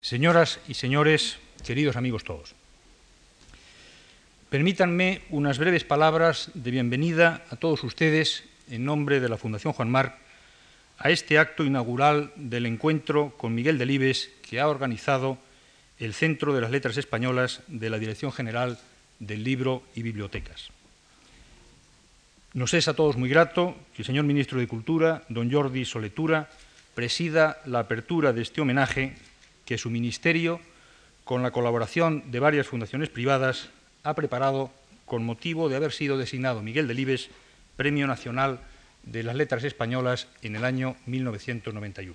Señoras y señores, queridos amigos todos, permítanme unas breves palabras de bienvenida a todos ustedes en nombre de la Fundación Juan March a este acto inaugural del encuentro con Miguel Delibes que ha organizado el Centro de las Letras Españolas de la Dirección General del Libro y Bibliotecas. Nos es a todos muy grato que el señor Ministro de Cultura, don Jordi Soletura, presida la apertura de este homenaje que su Ministerio, con la colaboración de varias fundaciones privadas, ha preparado con motivo de haber sido designado Miguel Delibes Premio Nacional de las Letras Españolas en el año 1991.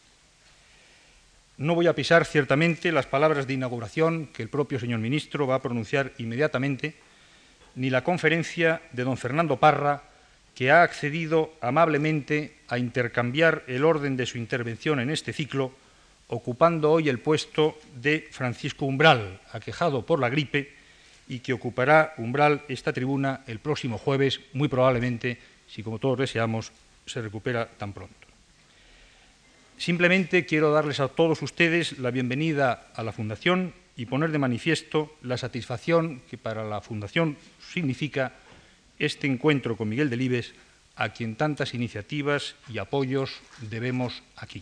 No voy a pisar ciertamente las palabras de inauguración que el propio señor Ministro va a pronunciar inmediatamente, ni la conferencia de don Fernando Parra, que ha accedido amablemente a intercambiar el orden de su intervención en este ciclo, ocupando hoy el puesto de Francisco Umbral, aquejado por la gripe, y que ocupará Umbral esta tribuna el próximo jueves, muy probablemente, si como todos deseamos, se recupera tan pronto. Simplemente quiero darles a todos ustedes la bienvenida a la Fundación y poner de manifiesto la satisfacción que para la Fundación significa este encuentro con Miguel Delibes, a quien tantas iniciativas y apoyos debemos aquí.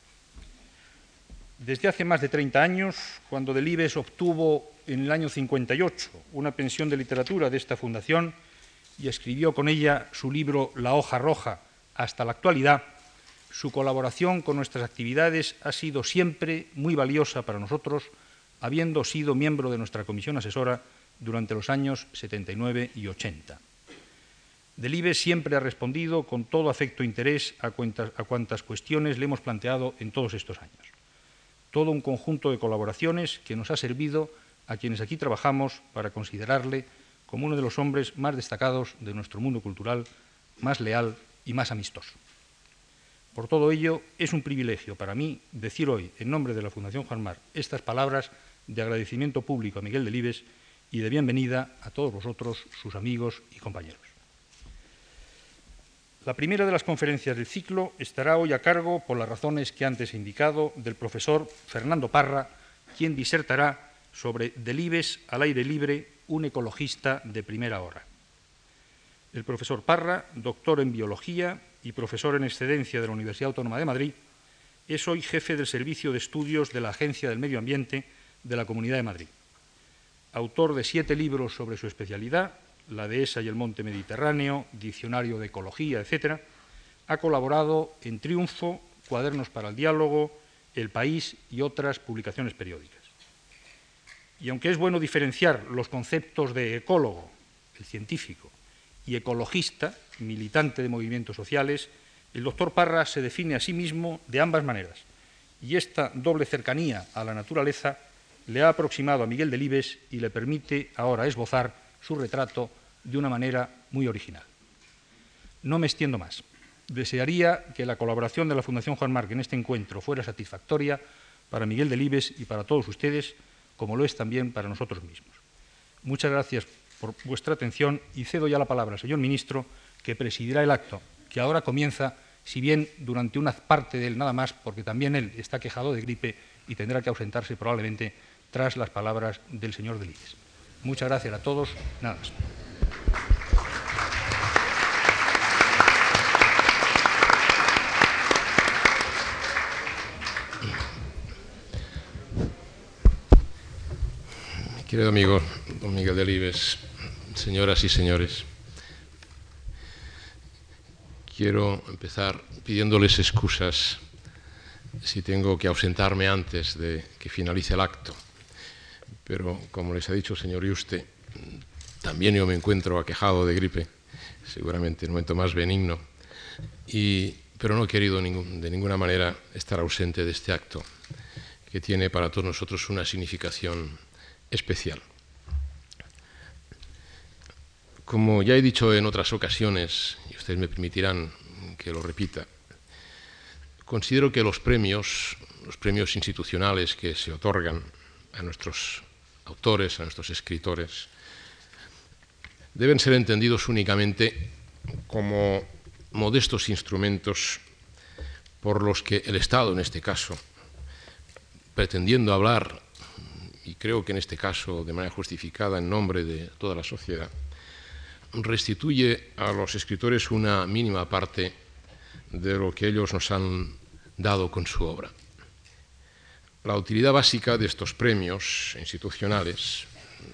Desde hace más de 30 años, cuando Delibes obtuvo en el año 58 una pensión de literatura de esta fundación y escribió con ella su libro La hoja roja hasta la actualidad, su colaboración con nuestras actividades ha sido siempre muy valiosa para nosotros, habiendo sido miembro de nuestra comisión asesora durante los años 79 y 80. Delibes siempre ha respondido con todo afecto e interés a cuantas cuestiones le hemos planteado en todos estos años. Todo un conjunto de colaboraciones que nos ha servido a quienes aquí trabajamos para considerarle como uno de los hombres más destacados de nuestro mundo cultural, más leal y más amistoso. Por todo ello, es un privilegio para mí decir hoy, en nombre de la Fundación Juan March, estas palabras de agradecimiento público a Miguel Delibes y de bienvenida a todos vosotros, sus amigos y compañeros. La primera de las conferencias del ciclo estará hoy a cargo, por las razones que antes he indicado, del profesor Fernando Parra, quien disertará sobre Delibes al aire libre, un ecologista de primera hora. El profesor Parra, doctor en biología y profesor en excedencia de la Universidad Autónoma de Madrid, es hoy jefe del Servicio de Estudios de la Agencia del Medio Ambiente de la Comunidad de Madrid. Autor de 7 libros sobre su especialidad, La dehesa y el monte Mediterráneo, Diccionario de Ecología, etc., ha colaborado en Triunfo, Cuadernos para el Diálogo, El País y otras publicaciones periódicas. Y aunque es bueno diferenciar los conceptos de ecólogo, el científico, y ecologista, militante de movimientos sociales, el doctor Parra se define a sí mismo de ambas maneras, y esta doble cercanía a la naturaleza le ha aproximado a Miguel Delibes y le permite ahora esbozar su retrato de una manera muy original. No me extiendo más. Desearía que la colaboración de la Fundación Juan March en este encuentro fuera satisfactoria para Miguel Delibes y para todos ustedes, como lo es también para nosotros mismos. Muchas gracias por vuestra atención y cedo ya la palabra al señor Ministro, que presidirá el acto, que ahora comienza, si bien durante una parte de él nada más, porque también él está quejado de gripe y tendrá que ausentarse probablemente tras las palabras del señor Delibes. Muchas gracias a todos. Nada más. Querido amigo don Miguel Delibes, señoras y señores, quiero empezar pidiéndoles excusas si tengo que ausentarme antes de que finalice el acto. Pero, como les ha dicho el señor Yuste, también yo me encuentro aquejado de gripe, seguramente el momento más benigno, pero no he querido de ninguna manera estar ausente de este acto, que tiene para todos nosotros una significación especial. Como ya he dicho en otras ocasiones, y ustedes me permitirán que lo repita, considero que los premios institucionales que se otorgan a nuestros autores, a nuestros escritores, deben ser entendidos únicamente como modestos instrumentos por los que el Estado, en este caso, pretendiendo hablar, y creo que en este caso de manera justificada en nombre de toda la sociedad, restituye a los escritores una mínima parte de lo que ellos nos han dado con su obra. La utilidad básica de estos premios institucionales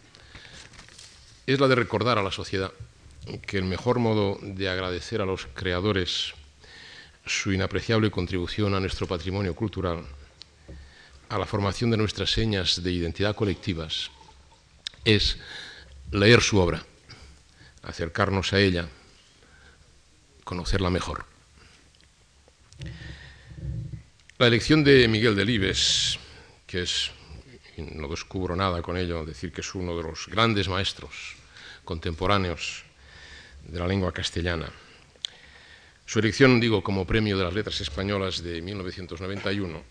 es la de recordar a la sociedad que el mejor modo de agradecer a los creadores su inapreciable contribución a nuestro patrimonio cultural, a la formación de nuestras señas de identidad colectivas, es leer su obra, acercarnos a ella, conocerla mejor. La elección de Miguel Delibes, que es, no descubro nada con ello, decir que es uno de los grandes maestros contemporáneos de la lengua castellana. Su elección, digo, como Premio de las Letras Españolas de 1991,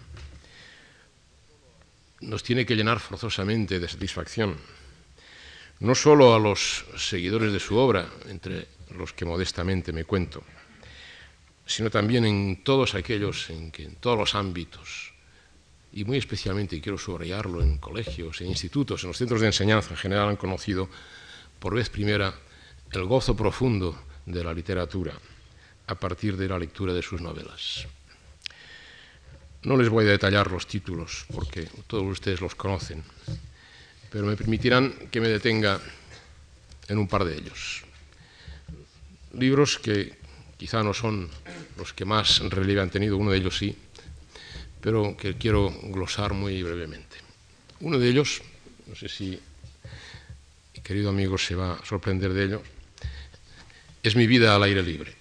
nos tiene que llenar forzosamente de satisfacción, no solo a los seguidores de su obra, entre los que modestamente me cuento, sino también en todos aquellos en que en todos los ámbitos, y muy especialmente, y quiero subrayarlo, en colegios, en institutos, en los centros de enseñanza en general, han conocido por vez primera el gozo profundo de la literatura a partir de la lectura de sus novelas. No les voy a detallar los títulos porque todos ustedes los conocen, pero me permitirán que me detenga en un par de ellos. Libros que quizá no son los que más relieve han tenido, uno de ellos sí, pero que quiero glosar muy brevemente. Uno de ellos, no sé si mi querido amigo se va a sorprender de ello, es Mi vida al aire libre.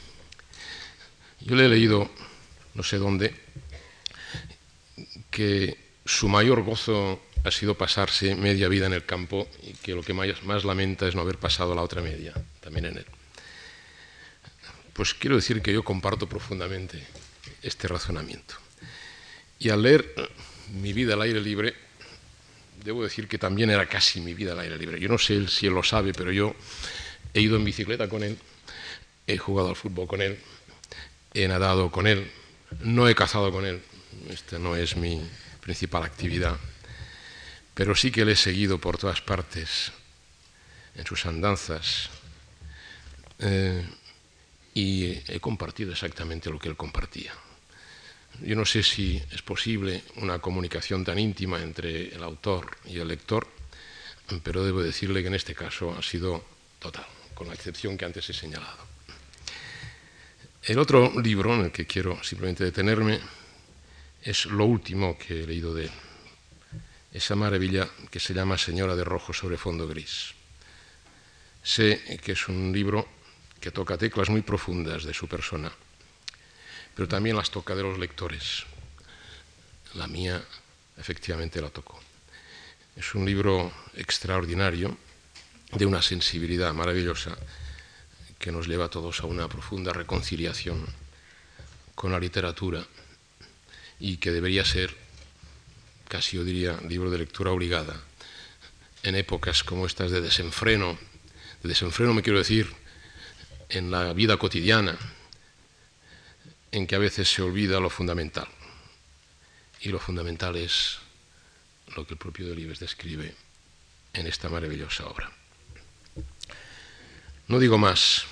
Yo le he leído, no sé dónde, que su mayor gozo ha sido pasarse media vida en el campo y que lo que más lamenta es no haber pasado la otra media, también en él. Pues quiero decir que yo comparto profundamente este razonamiento. Y al leer Mi vida al aire libre, debo decir que también era casi mi vida al aire libre. Yo no sé si él lo sabe, pero yo he ido en bicicleta con él, he jugado al fútbol con él, he nadado con él, no he cazado con él, esta no es mi principal actividad, pero sí que le he seguido por todas partes en sus andanzas y he compartido exactamente lo que él compartía. Yo no sé si es posible una comunicación tan íntima entre el autor y el lector, pero debo decirle que en este caso ha sido total, con la excepción que antes he señalado. El otro libro en el que quiero simplemente detenerme es lo último que he leído de él, esa maravilla que se llama Señora de rojo sobre fondo gris. Sé que es un libro que toca teclas muy profundas de su persona, pero también las toca de los lectores. La mía efectivamente la tocó. Es un libro extraordinario, de una sensibilidad maravillosa, que nos lleva a todos a una profunda reconciliación con la literatura y que debería ser, casi yo diría, libro de lectura obligada en épocas como estas de desenfreno. De desenfreno me quiero decir en la vida cotidiana, en que a veces se olvida lo fundamental. Y lo fundamental es lo que el propio Delibes describe en esta maravillosa obra. No digo más,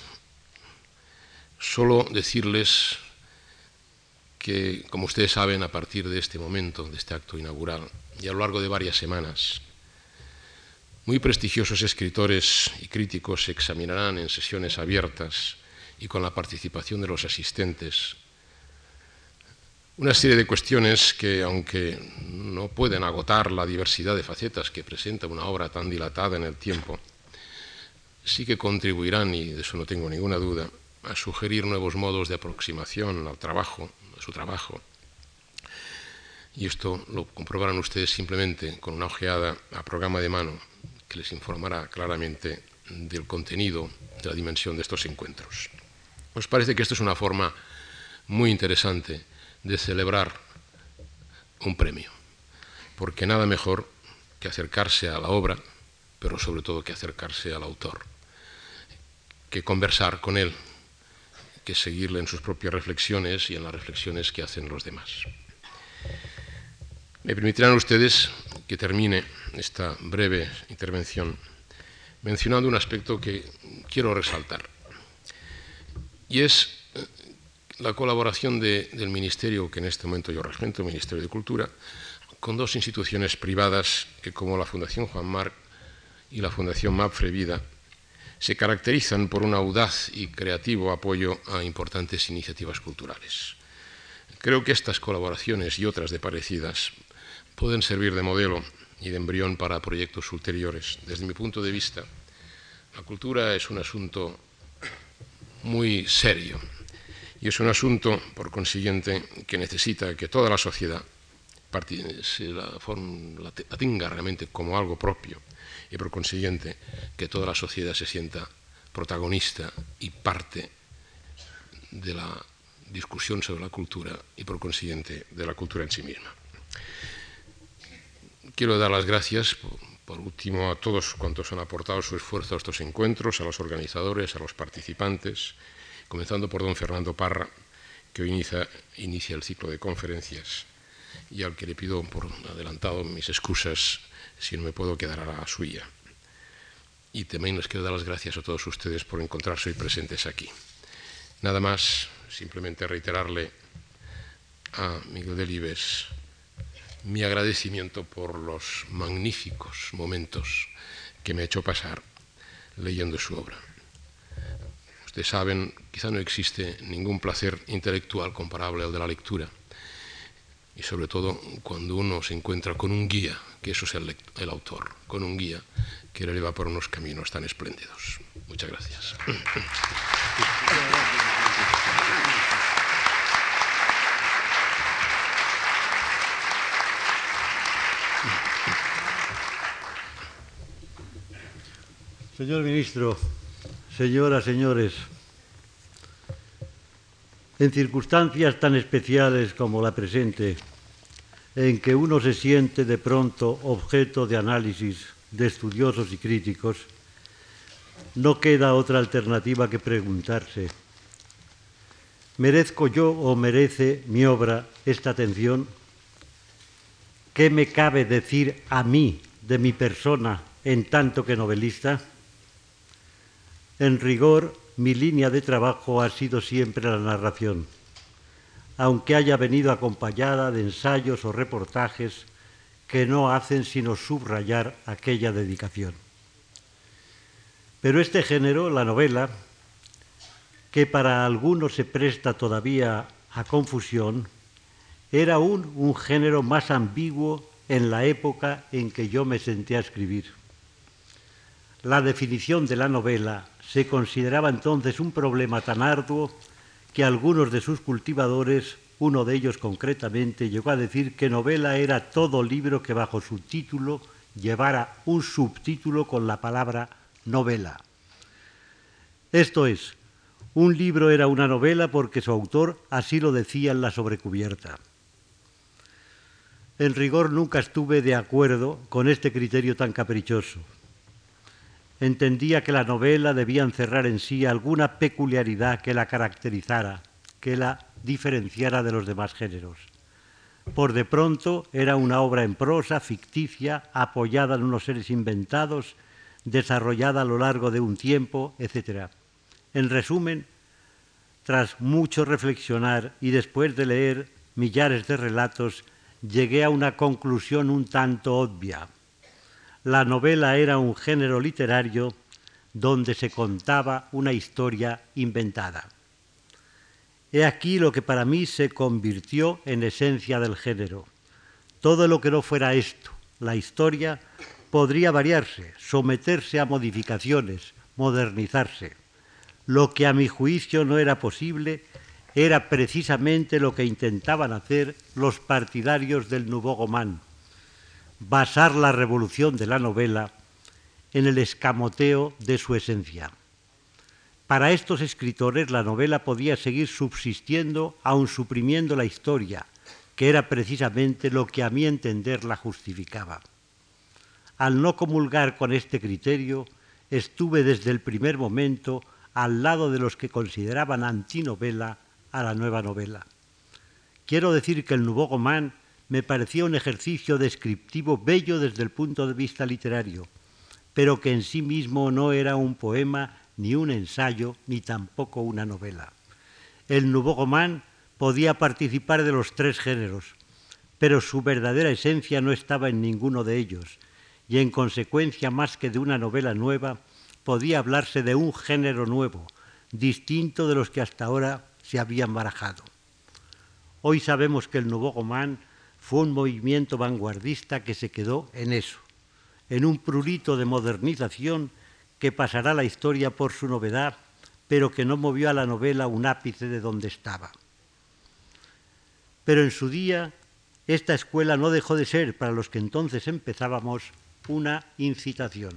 solo decirles que, como ustedes saben, a partir de este momento, de este acto inaugural, y a lo largo de varias semanas, muy prestigiosos escritores y críticos examinarán en sesiones abiertas y con la participación de los asistentes una serie de cuestiones que, aunque no pueden agotar la diversidad de facetas que presenta una obra tan dilatada en el tiempo, sí que contribuirán, y de eso no tengo ninguna duda, a sugerir nuevos modos de aproximación al trabajo, a su trabajo. Y esto lo comprobarán ustedes simplemente con una ojeada a programa de mano que les informará claramente del contenido, de la dimensión de estos encuentros. Nos parece que esto es una forma muy interesante de celebrar un premio, porque nada mejor que acercarse a la obra, pero sobre todo que acercarse al autor, que conversar con él, que seguirle en sus propias reflexiones y en las reflexiones que hacen los demás. Me permitirán ustedes que termine esta breve intervención mencionando un aspecto que quiero resaltar, y es la colaboración del ministerio que en este momento yo regento, el Ministerio de Cultura, con dos instituciones privadas que, como la Fundación Juan Marc y la Fundación Mapfre Vida, se caracterizan por un audaz y creativo apoyo a importantes iniciativas culturales. Creo que estas colaboraciones y otras de parecidas pueden servir de modelo y de embrión para proyectos ulteriores. Desde mi punto de vista, la cultura es un asunto muy serio y es un asunto, por consiguiente, que necesita que toda la sociedad la tenga realmente como algo propio y, por consiguiente, que toda la sociedad se sienta protagonista y parte de la discusión sobre la cultura y, por consiguiente, de la cultura en sí misma. Quiero dar las gracias, por último, a todos cuantos han aportado su esfuerzo a estos encuentros, a los organizadores, a los participantes, comenzando por don Fernando Parra, que hoy inicia el ciclo de conferencias y al que le pido por adelantado mis excusas si no me puedo quedar a la suya. Y también les quiero dar las gracias a todos ustedes por encontrarse hoy presentes aquí. Nada más, simplemente reiterarle a Miguel Delibes mi agradecimiento por los magníficos momentos que me ha hecho pasar leyendo su obra. Ustedes saben, quizá no existe ningún placer intelectual comparable al de la lectura, y sobre todo cuando uno se encuentra con un guía, que eso es el autor, con un guía que le lleva por unos caminos tan espléndidos. Muchas gracias. Señor ministro, señoras, señores, en circunstancias tan especiales como la presente, en que uno se siente de pronto objeto de análisis de estudiosos y críticos, no queda otra alternativa que preguntarse: ¿merezco yo o merece mi obra esta atención? ¿Qué me cabe decir a mí de mi persona en tanto que novelista? En rigor, mi línea de trabajo ha sido siempre la narración, aunque haya venido acompañada de ensayos o reportajes que no hacen sino subrayar aquella dedicación. Pero este género, la novela, que para algunos se presta todavía a confusión, era aún un género más ambiguo en la época en que yo me senté a escribir. La definición de la novela se consideraba entonces un problema tan arduo que algunos de sus cultivadores, uno de ellos concretamente, llegó a decir que novela era todo libro que bajo su título llevara un subtítulo con la palabra novela. Esto es, un libro era una novela porque su autor así lo decía en la sobrecubierta. En rigor nunca estuve de acuerdo con este criterio tan caprichoso. Entendía que la novela debía encerrar en sí alguna peculiaridad que la caracterizara, que la diferenciara de los demás géneros. Por de pronto era una obra en prosa, ficticia, apoyada en unos seres inventados, desarrollada a lo largo de un tiempo, etc. En resumen, tras mucho reflexionar y después de leer millares de relatos, llegué a una conclusión un tanto obvia. La novela era un género literario donde se contaba una historia inventada. He aquí lo que para mí se convirtió en esencia del género. Todo lo que no fuera esto, la historia, podría variarse, someterse a modificaciones, modernizarse. Lo que a mi juicio no era posible era precisamente lo que intentaban hacer los partidarios del Nouveau Roman: basar la revolución de la novela en el escamoteo de su esencia. Para estos escritores la novela podía seguir subsistiendo aun suprimiendo la historia, que era precisamente lo que a mi entender la justificaba. Al no comulgar con este criterio, estuve desde el primer momento al lado de los que consideraban antinovela a la nueva novela. Quiero decir que el Nouveau Roman me parecía un ejercicio descriptivo bello desde el punto de vista literario, pero que en sí mismo no era un poema, ni un ensayo, ni tampoco una novela. El Nouveau Roman podía participar de los tres géneros, pero su verdadera esencia no estaba en ninguno de ellos, y en consecuencia, más que de una novela nueva, podía hablarse de un género nuevo, distinto de los que hasta ahora se habían barajado. Hoy sabemos que el Nouveau Roman fue un movimiento vanguardista que se quedó en eso, en un prurito de modernización que pasará a la historia por su novedad, pero que no movió a la novela un ápice de donde estaba. Pero en su día, esta escuela no dejó de ser, para los que entonces empezábamos, una incitación.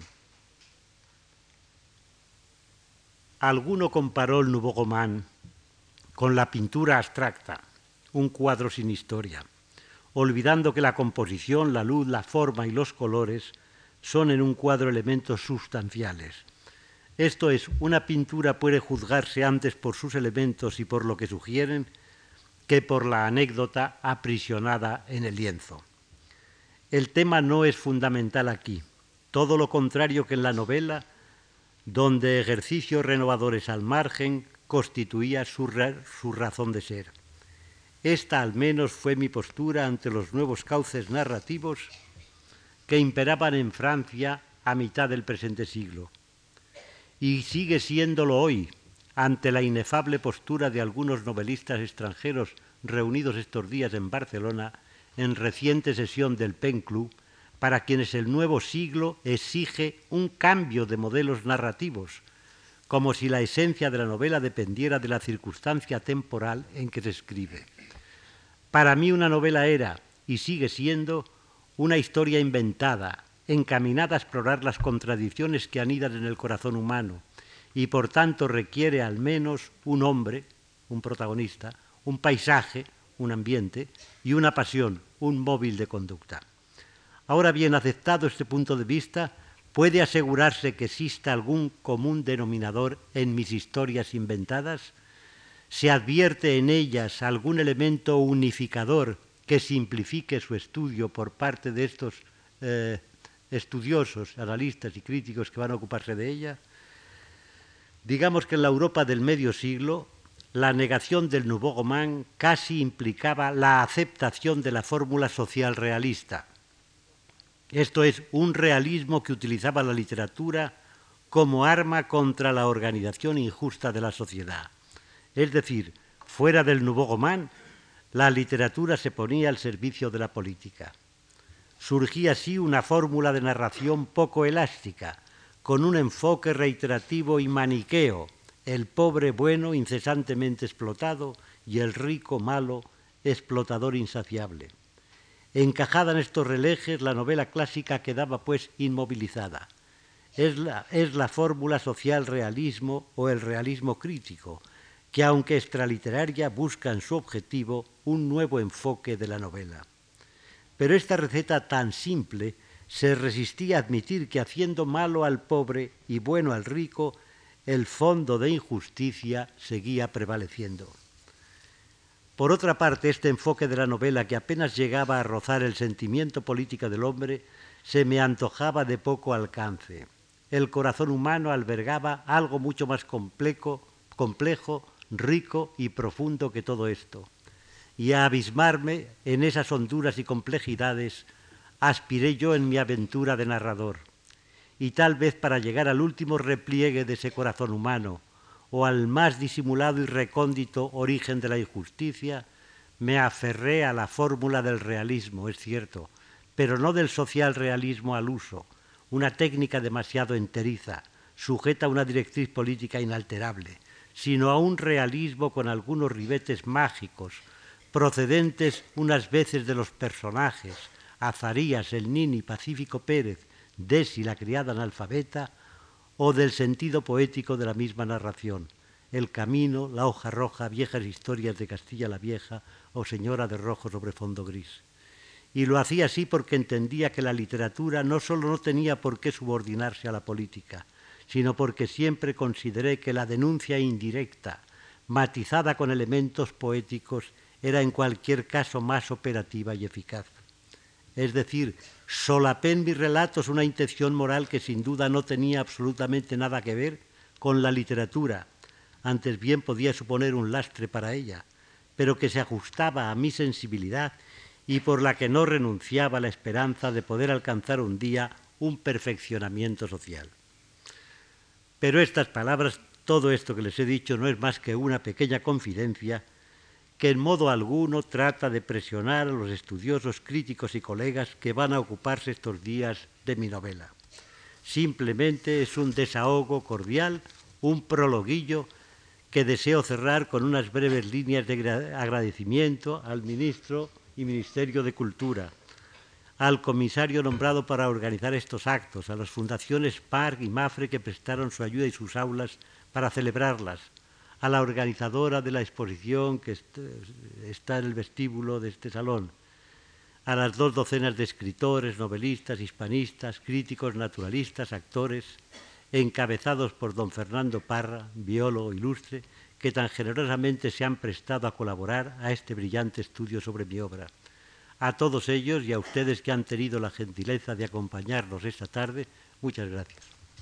Alguno comparó el Nouveau Roman con la pintura abstracta, un cuadro sin historia, olvidando que la composición, la luz, la forma y los colores son en un cuadro elementos sustanciales. Esto es, una pintura puede juzgarse antes por sus elementos y por lo que sugieren que por la anécdota aprisionada en el lienzo. El tema no es fundamental aquí, todo lo contrario que en la novela, donde ejercicios renovadores al margen constituía su razón de ser. Esta al menos fue mi postura ante los nuevos cauces narrativos que imperaban en Francia a mitad del presente siglo. Y sigue siéndolo hoy, ante la inefable postura de algunos novelistas extranjeros reunidos estos días en Barcelona en reciente sesión del Pen Club, para quienes el nuevo siglo exige un cambio de modelos narrativos, como si la esencia de la novela dependiera de la circunstancia temporal en que se escribe. Para mí una novela era, y sigue siendo, una historia inventada, encaminada a explorar las contradicciones que anidan en el corazón humano, y por tanto requiere al menos un hombre, un protagonista, un paisaje, un ambiente, y una pasión, un móvil de conducta. Ahora bien, aceptado este punto de vista, ¿puede asegurarse que exista algún común denominador en mis historias inventadas? ¿Se advierte en ellas algún elemento unificador que simplifique su estudio por parte de estos estudiosos, analistas y críticos que van a ocuparse de ella? Digamos que en la Europa del medio siglo, la negación del Nouveau Roman casi implicaba la aceptación de la fórmula social realista. Esto es, un realismo que utilizaba la literatura como arma contra la organización injusta de la sociedad. Es decir, fuera del Nouveau Roman, la literatura se ponía al servicio de la política. Surgía así una fórmula de narración poco elástica, con un enfoque reiterativo y maniqueo, el pobre bueno incesantemente explotado y el rico malo explotador insaciable. Encajada en estos relejes, la novela clásica quedaba pues inmovilizada. Es la fórmula social realismo o el realismo crítico, que aunque extraliteraria busca en su objetivo un nuevo enfoque de la novela. Pero esta receta tan simple se resistía a admitir que haciendo malo al pobre y bueno al rico, el fondo de injusticia seguía prevaleciendo. Por otra parte, este enfoque de la novela, que apenas llegaba a rozar el sentimiento político del hombre, se me antojaba de poco alcance. El corazón humano albergaba algo mucho más complejo, rico y profundo que todo esto. Y a abismarme en esas honduras y complejidades aspiré yo en mi aventura de narrador. Y tal vez para llegar al último repliegue de ese corazón humano, o al más disimulado y recóndito origen de la injusticia, me aferré a la fórmula del realismo, es cierto, pero no del social realismo al uso, una técnica demasiado enteriza, sujeta a una directriz política inalterable, sino a un realismo con algunos ribetes mágicos, procedentes unas veces de los personajes, Azarías, el Nini, Pacífico Pérez, Desi, la criada analfabeta, o del sentido poético de la misma narración, El camino, La hoja roja, Viejas historias de Castilla la Vieja o Señora de rojo sobre fondo gris. Y lo hacía así porque entendía que la literatura no solo no tenía por qué subordinarse a la política, sino porque siempre consideré que la denuncia indirecta, matizada con elementos poéticos, era en cualquier caso más operativa y eficaz. Es decir, solapé en mis relatos una intención moral que sin duda no tenía absolutamente nada que ver con la literatura, antes bien podía suponer un lastre para ella, pero que se ajustaba a mi sensibilidad y por la que no renunciaba a la esperanza de poder alcanzar un día un perfeccionamiento social. Pero estas palabras, todo esto que les he dicho, no es más que una pequeña confidencia que en modo alguno trata de presionar a los estudiosos, críticos y colegas que van a ocuparse estos días de mi novela. Simplemente es un desahogo cordial, un prologuillo que deseo cerrar con unas breves líneas de agradecimiento al ministro y Ministerio de Cultura, al comisario nombrado para organizar estos actos, a las fundaciones PARC y MAFRE que prestaron su ayuda y sus aulas para celebrarlas, a la organizadora de la exposición que está en el vestíbulo de este salón, a las 2 docenas de escritores, novelistas, hispanistas, críticos, naturalistas, actores, encabezados por don Fernando Parra, biólogo ilustre, que tan generosamente se han prestado a colaborar a este brillante estudio sobre mi obra. A todos ellos y a ustedes que han tenido la gentileza de acompañarnos esta tarde, muchas gracias.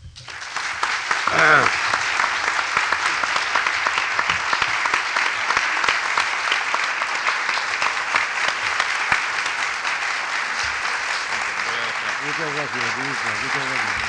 Muchas gracias, ministra. Muchas gracias.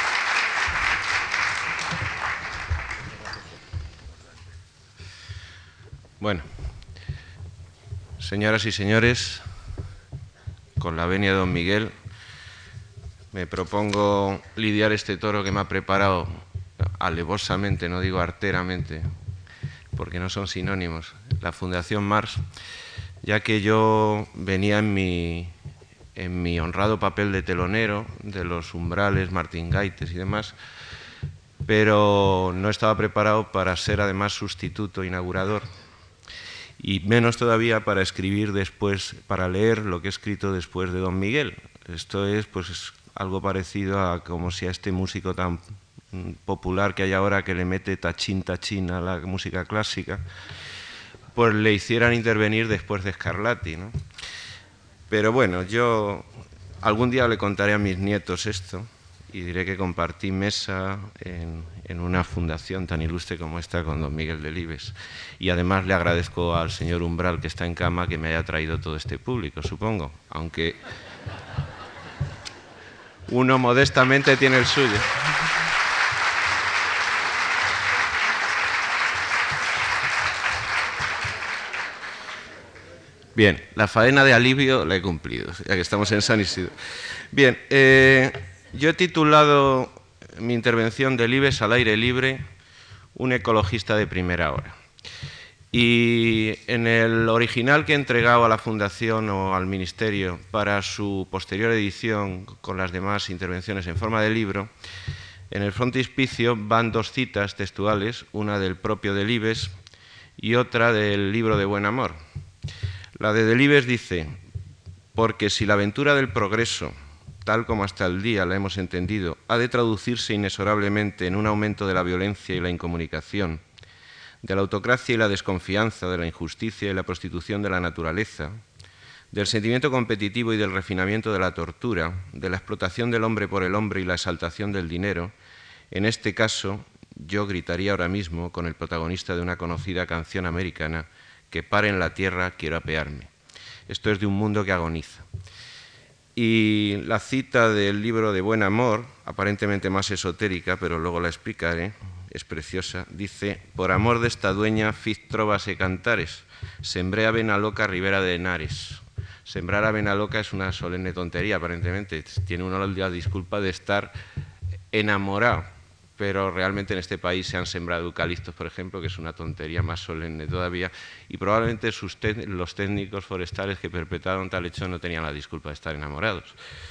Bueno, señoras y señores, con la venia de don Miguel, me propongo lidiar este toro que me ha preparado alevosamente, no digo arteramente, porque no son sinónimos, la Fundación Mars, ya que yo venía en mi honrado papel de telonero de los Umbrales, Martín Gaites y demás, pero no estaba preparado para ser además sustituto inaugurador y menos todavía para escribir después, para leer lo que he escrito después de don Miguel. Esto es pues algo parecido a como si a este músico tan popular que hay ahora que le mete tachín tachín a la música clásica, pues le hicieran intervenir después de Scarlatti, ¿no? Pero bueno, yo algún día le contaré a mis nietos esto y diré que compartí mesa en una fundación tan ilustre como esta con don Miguel Delibes. Y además le agradezco al señor Umbral, que está en cama, que me haya traído todo este público, supongo, aunque uno modestamente tiene el suyo. Bien, la faena de alivio la he cumplido, ya que estamos en San Isidro. Bien, yo he titulado mi intervención Delibes al aire libre, un ecologista de primera hora. Y en el original que he entregado a la Fundación o al Ministerio para su posterior edición con las demás intervenciones en forma de libro, en el frontispicio van 2 citas textuales, una del propio Delibes y otra del libro de Buen Amor. La de Delibes dice: porque si la aventura del progreso, tal como hasta el día la hemos entendido, ha de traducirse inexorablemente en un aumento de la violencia y la incomunicación, de la autocracia y la desconfianza, de la injusticia y la prostitución de la naturaleza, del sentimiento competitivo y del refinamiento de la tortura, de la explotación del hombre por el hombre y la exaltación del dinero, en este caso yo gritaría ahora mismo con el protagonista de una conocida canción americana: que pare en la tierra, quiero apearme. Esto es de un mundo que agoniza. Y la cita del libro de Buen Amor, aparentemente más esotérica, pero luego la explicaré, es preciosa, dice: por amor de esta dueña fiz trovas e cantares, sembré avena loca ribera de Henares. Sembrar avena loca es una solemne tontería, aparentemente. Tiene uno la disculpa de estar enamorado, pero realmente en este país se han sembrado eucaliptos, por ejemplo, que es una tontería más solemne todavía, y probablemente los técnicos forestales que perpetraron tal hecho no tenían la disculpa de estar enamorados.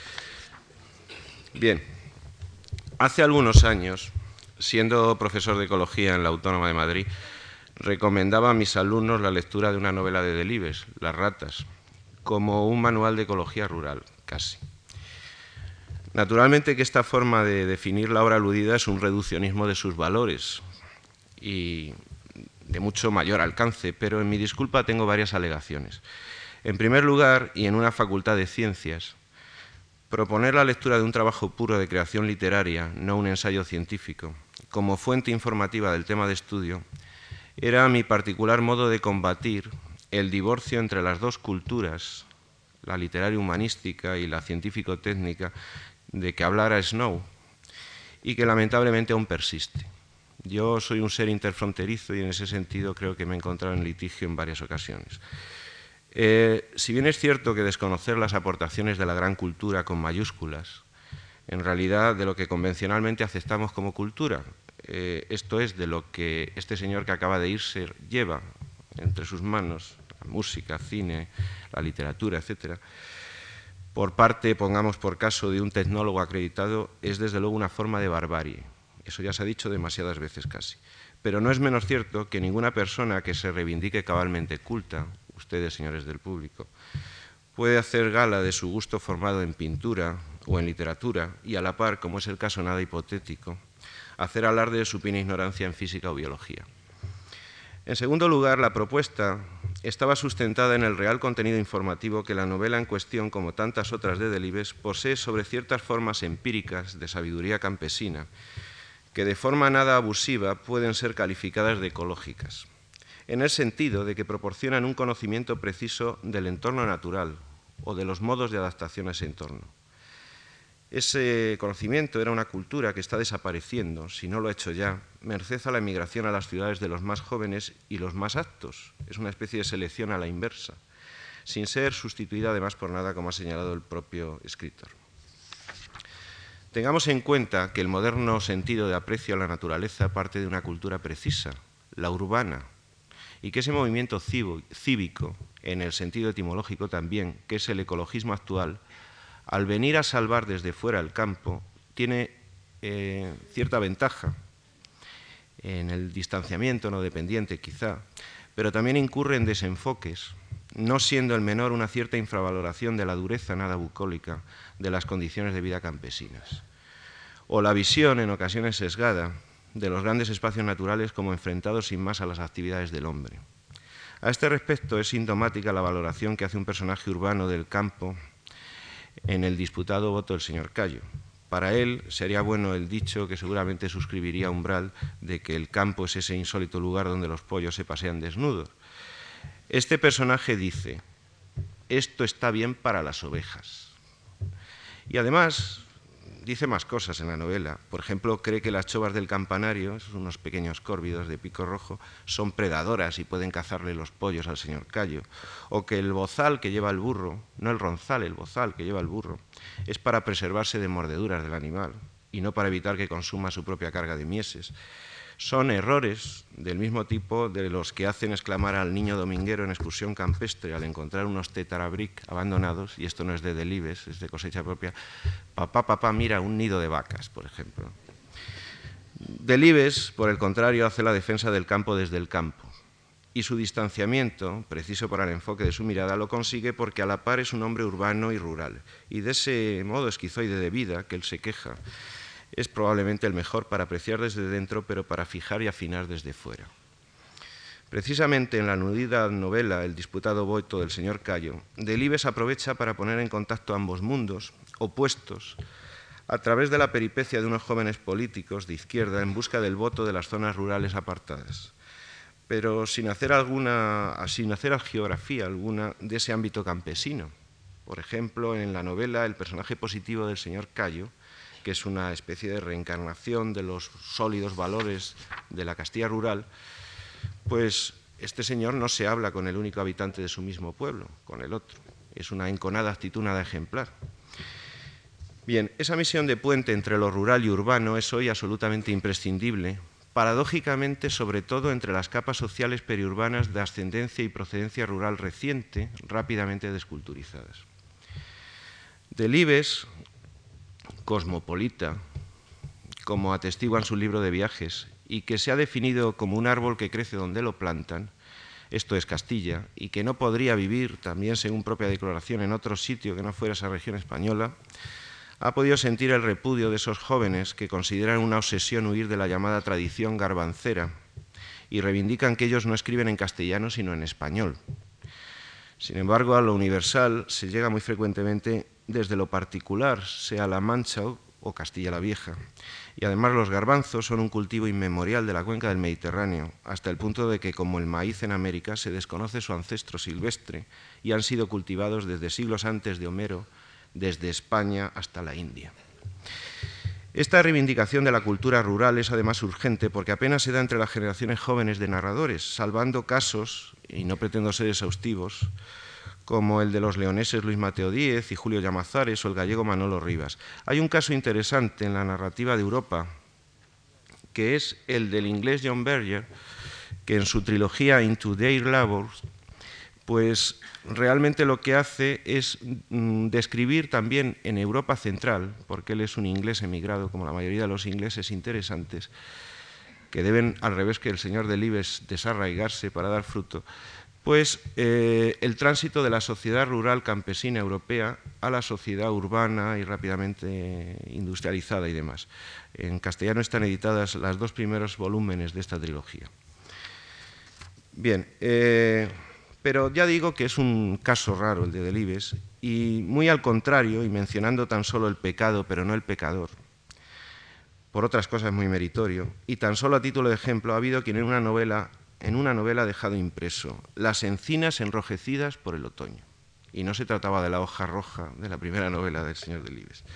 Bien, hace algunos años, siendo profesor de ecología en la Autónoma de Madrid, recomendaba a mis alumnos la lectura de una novela de Delibes, Las ratas, como un manual de ecología rural, casi. Naturalmente que esta forma de definir la obra aludida es un reduccionismo de sus valores y de mucho mayor alcance, pero en mi disculpa tengo varias alegaciones. En primer lugar, y en una facultad de ciencias, proponer la lectura de un trabajo puro de creación literaria, no un ensayo científico, como fuente informativa del tema de estudio, era mi particular modo de combatir el divorcio entre las dos culturas, la literaria humanística y la científico-técnica, de que hablara Snow, y que lamentablemente aún persiste. Yo soy un ser interfronterizo y en ese sentido creo que me he encontrado en litigio en varias ocasiones. Si bien es cierto que desconocer las aportaciones de la gran cultura con mayúsculas, en realidad de lo que convencionalmente aceptamos como cultura, esto es de lo que este señor que acaba de irse lleva entre sus manos, la música, cine, la literatura, etcétera, por parte, pongamos por caso, de un tecnólogo acreditado, es desde luego una forma de barbarie. Eso ya se ha dicho demasiadas veces casi. Pero no es menos cierto que ninguna persona que se reivindique cabalmente culta, ustedes, señores del público, puede hacer gala de su gusto formado en pintura o en literatura y a la par, como es el caso nada hipotético, hacer alarde de su supina ignorancia en física o biología. En segundo lugar, la propuesta estaba sustentada en el real contenido informativo que la novela en cuestión, como tantas otras de Delibes, posee sobre ciertas formas empíricas de sabiduría campesina que de forma nada abusiva pueden ser calificadas de ecológicas, en el sentido de que proporcionan un conocimiento preciso del entorno natural o de los modos de adaptación a ese entorno. Ese conocimiento era una cultura que está desapareciendo, si no lo ha hecho ya, merced a la emigración a las ciudades de los más jóvenes y los más aptos. Es una especie de selección a la inversa, sin ser sustituida además por nada, como ha señalado el propio escritor. Tengamos en cuenta que el moderno sentido de aprecio a la naturaleza parte de una cultura precisa, la urbana, y que ese movimiento cívico, en el sentido etimológico también, que es el ecologismo actual, al venir a salvar desde fuera el campo, tiene cierta ventaja en el distanciamiento no dependiente quizá, pero también incurre en desenfoques, no siendo el menor una cierta infravaloración de la dureza nada bucólica de las condiciones de vida campesinas, o la visión, en ocasiones sesgada, de los grandes espacios naturales como enfrentados sin más a las actividades del hombre. A este respecto es sintomática la valoración que hace un personaje urbano del campo en el disputado voto del señor Cayo. Para él sería bueno el dicho que seguramente suscribiría Umbral de que el campo es ese insólito lugar donde los pollos se pasean desnudos. Este personaje dice, esto está bien para las ovejas. Y además dice más cosas en la novela. Por ejemplo, cree que las chovas del campanario, esos unos pequeños córvidos de pico rojo, son predadoras y pueden cazarle los pollos al señor Cayo. O que el bozal que lleva el burro, no el ronzal, el bozal que lleva el burro, es para preservarse de mordeduras del animal y no para evitar que consuma su propia carga de mieses. Son errores del mismo tipo de los que hacen exclamar al niño dominguero en excursión campestre al encontrar unos tetarabric abandonados, y esto no es de Delibes, es de cosecha propia, papá, papá, mira un nido de vacas, por ejemplo. Delibes, por el contrario, hace la defensa del campo desde el campo, y su distanciamiento, preciso para el enfoque de su mirada, lo consigue porque a la par es un hombre urbano y rural, y de ese modo esquizoide de vida que él se queja, es probablemente el mejor para apreciar desde dentro, pero para fijar y afinar desde fuera. Precisamente en la aludida novela El disputado voto del señor Cayo, Delibes aprovecha para poner en contacto ambos mundos, opuestos, a través de la peripecia de unos jóvenes políticos de izquierda en busca del voto de las zonas rurales apartadas, pero sin hacer geografía alguna de ese ámbito campesino. Por ejemplo, en la novela el personaje positivo del señor Cayo, que es una especie de reencarnación de los sólidos valores de la Castilla rural, pues este señor no se habla con el único habitante de su mismo pueblo, con el otro. Es una enconada actitud nada ejemplar. Bien, esa misión de puente entre lo rural y urbano es hoy absolutamente imprescindible, paradójicamente sobre todo entre las capas sociales periurbanas de ascendencia y procedencia rural reciente, rápidamente desculturizadas. Delibes, cosmopolita, como atestigua en su libro de viajes, y que se ha definido como un árbol que crece donde lo plantan, esto es Castilla, y que no podría vivir, también según propia declaración, en otro sitio que no fuera esa región española, ha podido sentir el repudio de esos jóvenes que consideran una obsesión huir de la llamada tradición garbancera y reivindican que ellos no escriben en castellano sino en español. Sin embargo, a lo universal se llega muy frecuentemente desde lo particular, sea La Mancha o Castilla la Vieja. Y además los garbanzos son un cultivo inmemorial de la cuenca del Mediterráneo, hasta el punto de que, como el maíz en América, se desconoce su ancestro silvestre y han sido cultivados desde siglos antes de Homero, desde España hasta la India. Esta reivindicación de la cultura rural es además urgente porque apenas se da entre las generaciones jóvenes de narradores, salvando casos, y no pretendo ser exhaustivos, como el de los leoneses Luis Mateo Díez y Julio Llamazares o el gallego Manolo Rivas. Hay un caso interesante en la narrativa de Europa, que es el del inglés John Berger, que en su trilogía Into Their Labours, pues realmente lo que hace es describir también en Europa central, porque él es un inglés emigrado, como la mayoría de los ingleses interesantes, que deben, al revés que el señor Delibes, desarraigarse para dar fruto, pues el tránsito de la sociedad rural campesina europea a la sociedad urbana y rápidamente industrializada y demás. En castellano están editadas los 2 primeros volúmenes de esta trilogía. Bien, pero ya digo que es un caso raro el de Delibes, y muy al contrario, y mencionando tan solo el pecado, pero no el pecador, por otras cosas muy meritorio, y tan solo a título de ejemplo, ha habido quien en una novela ha dejado impreso Las encinas enrojecidas por el otoño. Y no se trataba de la hoja roja de la primera novela del señor Delibes.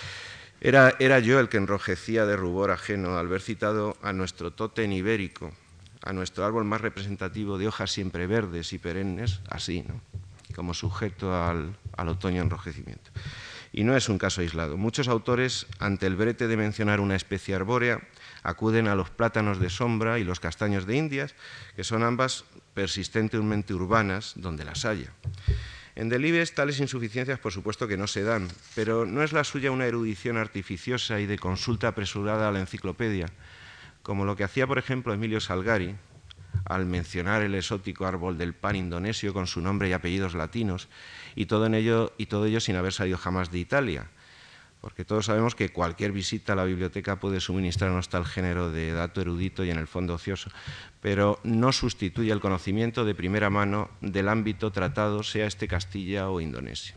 Era yo el que enrojecía de rubor ajeno al ver citado a nuestro tótem ibérico, a nuestro árbol más representativo de hojas siempre verdes y perennes, así, ¿no?, como sujeto al otoño enrojecimiento. Y no es un caso aislado. Muchos autores, ante el brete de mencionar una especie arbórea, acuden a los plátanos de sombra y los castaños de Indias, que son ambas persistentemente urbanas, donde las haya. En Delibes tales insuficiencias por supuesto que no se dan, pero no es la suya una erudición artificiosa y de consulta apresurada a la enciclopedia, como lo que hacía, por ejemplo, Emilio Salgari, al mencionar el exótico árbol del pan indonesio con su nombre y apellidos latinos, y todo ello sin haber salido jamás de Italia, porque todos sabemos que cualquier visita a la biblioteca puede suministrarnos tal género de dato erudito y en el fondo ocioso, pero no sustituye el conocimiento de primera mano del ámbito tratado, sea este Castilla o Indonesia.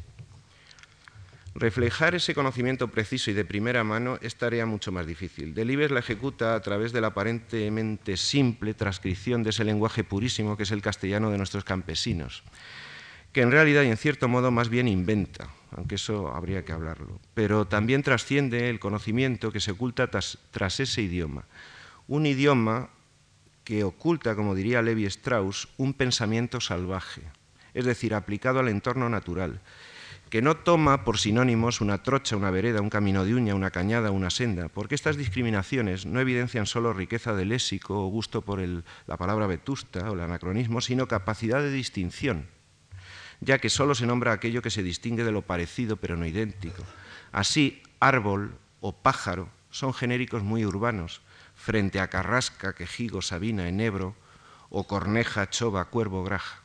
Reflejar ese conocimiento preciso y de primera mano es tarea mucho más difícil. Delibes la ejecuta a través de la aparentemente simple transcripción de ese lenguaje purísimo que es el castellano de nuestros campesinos, que en realidad y en cierto modo más bien inventa, aunque eso habría que hablarlo, pero también trasciende el conocimiento que se oculta tras ese idioma. Un idioma que oculta, como diría Levi Strauss, un pensamiento salvaje, es decir, aplicado al entorno natural, que no toma por sinónimos una trocha, una vereda, un camino de uña, una cañada, una senda, porque estas discriminaciones no evidencian solo riqueza de léxico o gusto por la palabra vetusta o el anacronismo, sino capacidad de distinción, ya que solo se nombra aquello que se distingue de lo parecido pero no idéntico. Así, árbol o pájaro son genéricos muy urbanos, frente a carrasca, quejigo, sabina, enebro, o corneja, chova, cuervo, graja.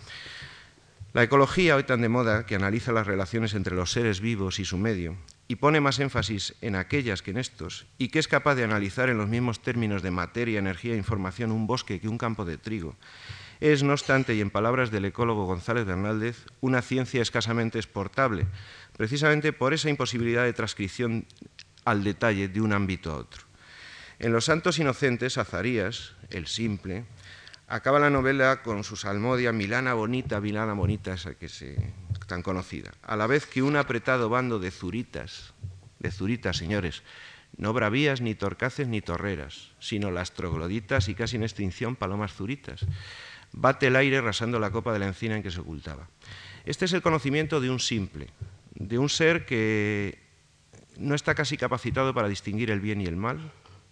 La ecología, hoy tan de moda, que analiza las relaciones entre los seres vivos y su medio, y pone más énfasis en aquellas que en estos, y que es capaz de analizar en los mismos términos de materia, energía e información un bosque que un campo de trigo, es, no obstante, y en palabras del ecólogo González Bernaldez, una ciencia escasamente exportable, precisamente por esa imposibilidad de transcripción al detalle de un ámbito a otro. En Los Santos Inocentes, Azarías, el simple, acaba la novela con su salmodia Milana bonita, esa que tan conocida, a la vez que un apretado bando de zuritas, señores, no bravías, ni torcaces, ni torreras, sino las trogloditas y casi en extinción palomas zuritas, bate el aire rasando la copa de la encina en que se ocultaba. Este es el conocimiento de un simple, de un ser que no está casi capacitado para distinguir el bien y el mal,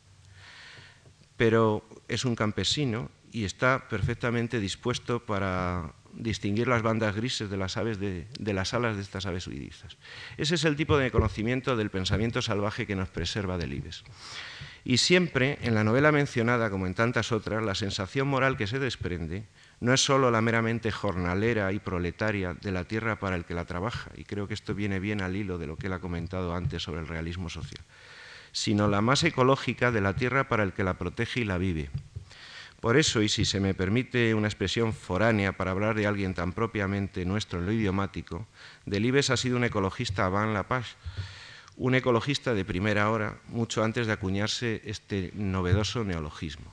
pero es un campesino y está perfectamente dispuesto para distinguir las bandas grises de las alas de estas aves huidizas. Ese es el tipo de conocimiento del pensamiento salvaje que nos preserva Delibes. Y siempre, en la novela mencionada, como en tantas otras, la sensación moral que se desprende no es solo la meramente jornalera y proletaria de la tierra para el que la trabaja, y creo que esto viene bien al hilo de lo que él ha comentado antes sobre el realismo social, sino la más ecológica de la tierra para el que la protege y la vive. Por eso, y si se me permite una expresión foránea para hablar de alguien tan propiamente nuestro en lo idiomático, Delibes ha sido un ecologista avant la page, un ecologista de primera hora, mucho antes de acuñarse este novedoso neologismo.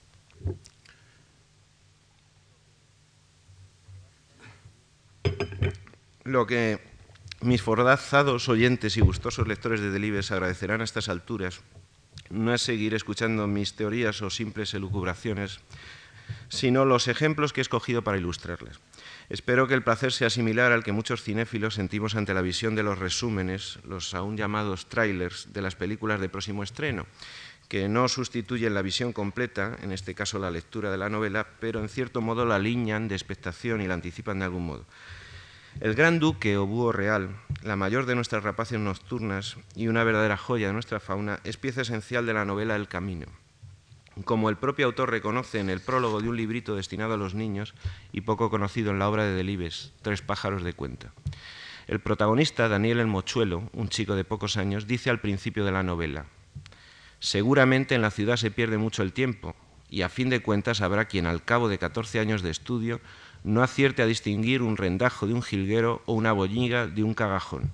Lo que mis forzados oyentes y gustosos lectores de Delibes agradecerán a estas alturas no es seguir escuchando mis teorías o simples elucubraciones, sino los ejemplos que he escogido para ilustrarlas. Espero que el placer sea similar al que muchos cinéfilos sentimos ante la visión de los resúmenes, los aún llamados trailers de las películas de próximo estreno, que no sustituyen la visión completa, en este caso la lectura de la novela, pero en cierto modo la alinean de expectación y la anticipan de algún modo. El Gran Duque o Búho Real, la mayor de nuestras rapaces nocturnas y una verdadera joya de nuestra fauna, es pieza esencial de la novela El Camino. Como el propio autor reconoce en el prólogo de un librito destinado a los niños y poco conocido en la obra de Delibes, Tres pájaros de cuenta. El protagonista, Daniel el Mochuelo, un chico de pocos años, dice al principio de la novela: seguramente en la ciudad se pierde mucho el tiempo y a fin de cuentas habrá quien al cabo de 14 años de estudio no acierte a distinguir un rendajo de un jilguero o una boñiga de un cagajón.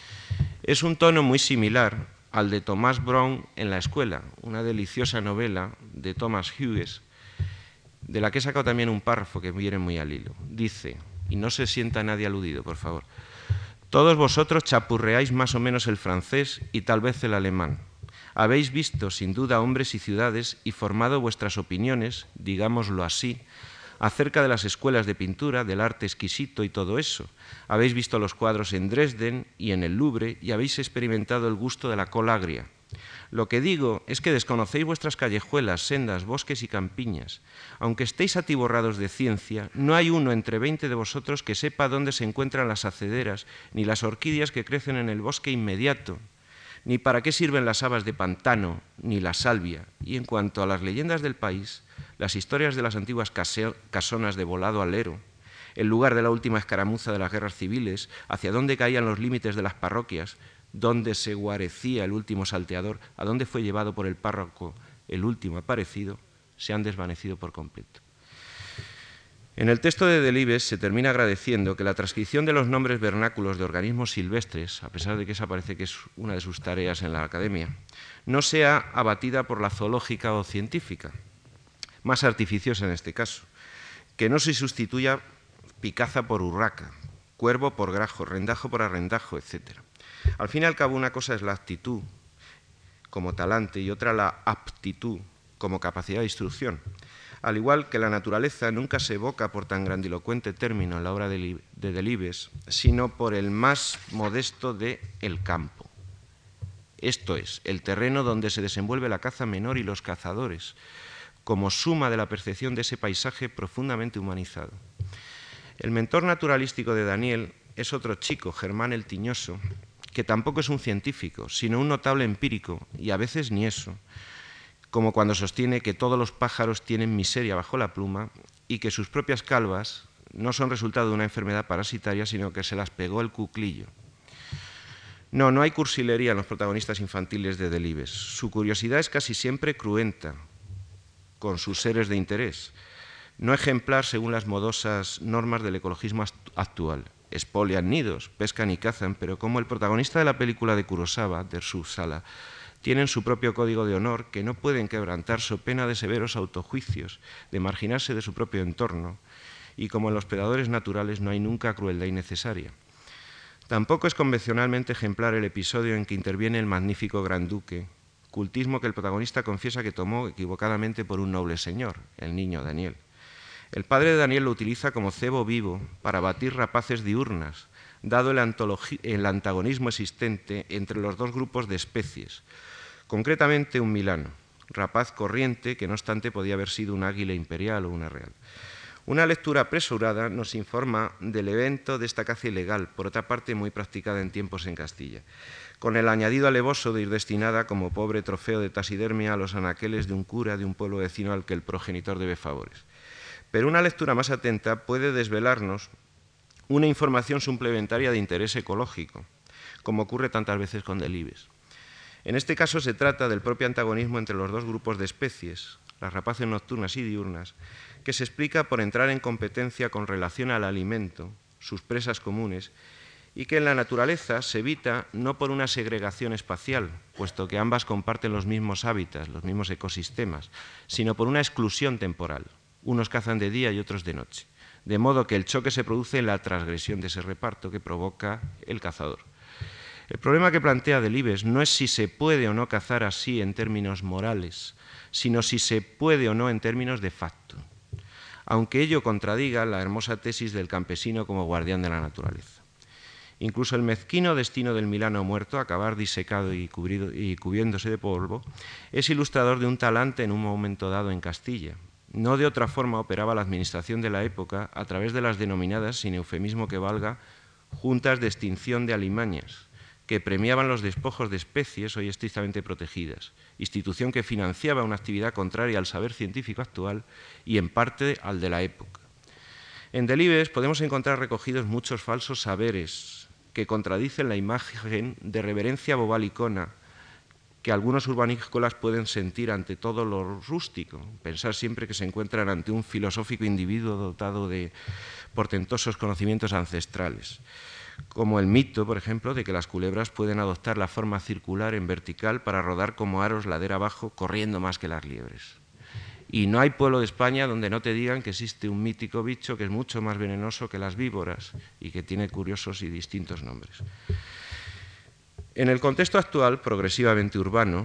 Es un tono muy similar al de Thomas Brown en La escuela, una deliciosa novela de Thomas Hughes, de la que he sacado también un párrafo que viene muy al hilo. Dice, y no se sienta nadie aludido, por favor: todos vosotros chapurreáis más o menos el francés y tal vez el alemán. Habéis visto, sin duda, hombres y ciudades y formado vuestras opiniones, digámoslo así, acerca de las escuelas de pintura, del arte exquisito y todo eso. Habéis visto los cuadros en Dresden y en el Louvre y habéis experimentado el gusto de la col agria. Lo que digo es que desconocéis vuestras callejuelas, sendas, bosques y campiñas. Aunque estéis atiborrados de ciencia, no hay uno entre 20 de vosotros que sepa dónde se encuentran las acederas ni las orquídeas que crecen en el bosque inmediato, ni para qué sirven las habas de pantano, ni la salvia. Y en cuanto a las leyendas del país, las historias de las antiguas casonas de Volado Alero, el lugar de la última escaramuza de las guerras civiles, hacia dónde caían los límites de las parroquias, dónde se guarecía el último salteador, a dónde fue llevado por el párroco el último aparecido, se han desvanecido por completo. En el texto de Delibes se termina agradeciendo que la transcripción de los nombres vernáculos de organismos silvestres, a pesar de que esa parece que es una de sus tareas en la academia, no sea abatida por la zoológica o científica, más artificiosa en este caso, que no se sustituya picaza por urraca, cuervo por grajo, rendajo por arrendajo, etc. Al fin y al cabo, una cosa es la actitud como talante y otra la aptitud como capacidad de instrucción. Al igual que la naturaleza nunca se evoca por tan grandilocuente término en la obra de Delibes, sino por el más modesto de el campo. Esto es, el terreno donde se desenvuelve la caza menor y los cazadores, como suma de la percepción de ese paisaje profundamente humanizado. El mentor naturalístico de Daniel es otro chico, Germán el Tiñoso, que tampoco es un científico, sino un notable empírico, y a veces ni eso, como cuando sostiene que todos los pájaros tienen miseria bajo la pluma y que sus propias calvas no son resultado de una enfermedad parasitaria, sino que se las pegó el cuclillo. No hay cursilería en los protagonistas infantiles de Delibes. Su curiosidad es casi siempre cruenta con sus seres de interés, no ejemplar según las modosas normas del ecologismo actual. Expolian nidos, pescan y cazan, pero como el protagonista de la película de Kurosawa, Der Subsala, tienen su propio código de honor que no pueden quebrantar so pena de severos autojuicios, de marginarse de su propio entorno, y como en los predadores naturales no hay nunca crueldad innecesaria. Tampoco es convencionalmente ejemplar el episodio en que interviene el magnífico Gran Duque, cultismo que el protagonista confiesa que tomó equivocadamente por un noble señor, el niño Daniel. El padre de Daniel lo utiliza como cebo vivo para batir rapaces diurnas, dado el antagonismo existente entre los dos grupos de especies, concretamente un milano, rapaz corriente que no obstante podía haber sido un águila imperial o una real. Una lectura apresurada nos informa del evento de esta caza ilegal, por otra parte muy practicada en tiempos en Castilla, con el añadido alevoso de ir destinada como pobre trofeo de taxidermia a los anaqueles de un cura de un pueblo vecino al que el progenitor debe favores. Pero una lectura más atenta puede desvelarnos una información suplementaria de interés ecológico, como ocurre tantas veces con Delibes. En este caso se trata del propio antagonismo entre los dos grupos de especies, las rapaces nocturnas y diurnas, que se explica por entrar en competencia con relación al alimento, sus presas comunes, y que en la naturaleza se evita no por una segregación espacial, puesto que ambas comparten los mismos hábitats, los mismos ecosistemas, sino por una exclusión temporal. Unos cazan de día y otros de noche, de modo que el choque se produce en la transgresión de ese reparto que provoca el cazador. El problema que plantea Delibes no es si se puede o no cazar así en términos morales, sino si se puede o no en términos de facto, aunque ello contradiga la hermosa tesis del campesino como guardián de la naturaleza. Incluso el mezquino destino del milano muerto, acabar disecado y cubriéndose de polvo, es ilustrador de un talante en un momento dado en Castilla. No de otra forma operaba la administración de la época a través de las denominadas, sin eufemismo que valga, juntas de extinción de alimañas, que premiaban los despojos de especies hoy estrictamente protegidas, institución que financiaba una actividad contraria al saber científico actual y en parte al de la época. En Delibes podemos encontrar recogidos muchos falsos saberes que contradicen la imagen de reverencia bobalicona que algunos urbanícolas pueden sentir ante todo lo rústico, pensar siempre que se encuentran ante un filosófico individuo dotado de portentosos conocimientos ancestrales, como el mito, por ejemplo, de que las culebras pueden adoptar la forma circular en vertical para rodar como aros ladera abajo, corriendo más que las liebres. Y no hay pueblo de España donde no te digan que existe un mítico bicho que es mucho más venenoso que las víboras y que tiene curiosos y distintos nombres. En el contexto actual, progresivamente urbano,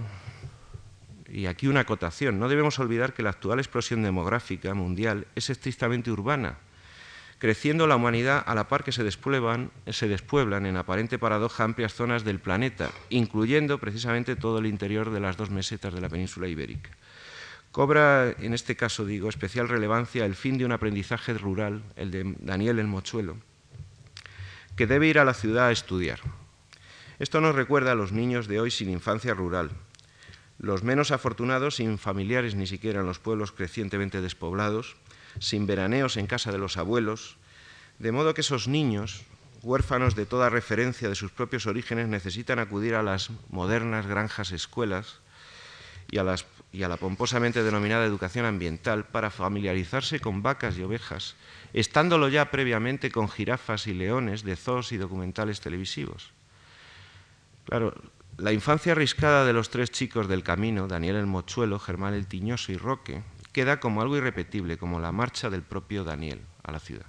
y aquí una acotación, no debemos olvidar que la actual explosión demográfica mundial es estrictamente urbana, creciendo la humanidad a la par que se despueblan en aparente paradoja amplias zonas del planeta, incluyendo precisamente todo el interior de las 2 mesetas de la península ibérica. Cobra, en este caso digo, especial relevancia el fin de un aprendizaje rural, el de Daniel el Mochuelo, que debe ir a la ciudad a estudiar. Esto nos recuerda a los niños de hoy sin infancia rural, los menos afortunados sin familiares ni siquiera en los pueblos crecientemente despoblados, sin veraneos en casa de los abuelos, de modo que esos niños, huérfanos de toda referencia de sus propios orígenes, necesitan acudir a las modernas granjas escuelas y a la pomposamente denominada educación ambiental para familiarizarse con vacas y ovejas, estándolo ya previamente con jirafas y leones de zoos y documentales televisivos. Claro, la infancia arriscada de los 3 chicos del camino, Daniel el Mochuelo, Germán el Tiñoso y Roque, queda como algo irrepetible, como la marcha del propio Daniel a la ciudad.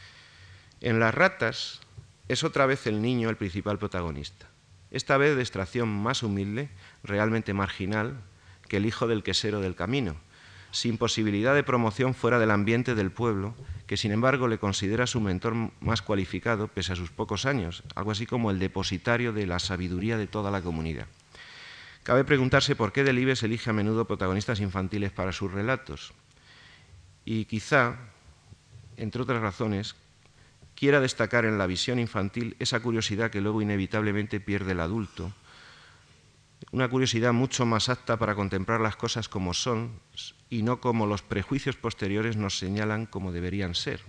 En Las ratas es otra vez el niño el principal protagonista, esta vez de extracción más humilde, realmente marginal, que el hijo del quesero del camino, sin posibilidad de promoción fuera del ambiente del pueblo, que sin embargo le considera su mentor más cualificado pese a sus pocos años, algo así como el depositario de la sabiduría de toda la comunidad. Cabe preguntarse por qué Delibes elige a menudo protagonistas infantiles para sus relatos. Y quizá, entre otras razones, quiera destacar en la visión infantil esa curiosidad que luego inevitablemente pierde el adulto, una curiosidad mucho más apta para contemplar las cosas como son y no como los prejuicios posteriores nos señalan como deberían ser.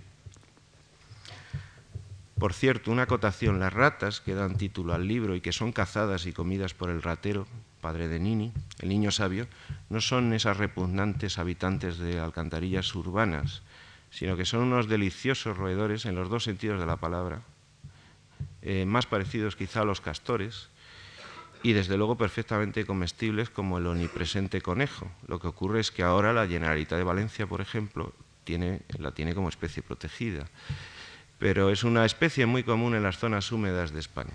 Por cierto, una acotación, las ratas que dan título al libro y que son cazadas y comidas por el ratero, padre de Nini, el niño sabio, no son esas repugnantes habitantes de alcantarillas urbanas, sino que son unos deliciosos roedores en los 2 sentidos de la palabra, más parecidos quizá a los castores, y desde luego perfectamente comestibles como el omnipresente conejo. Lo que ocurre es que ahora la Generalitat de Valencia, por ejemplo, la tiene como especie protegida, pero es una especie muy común en las zonas húmedas de España.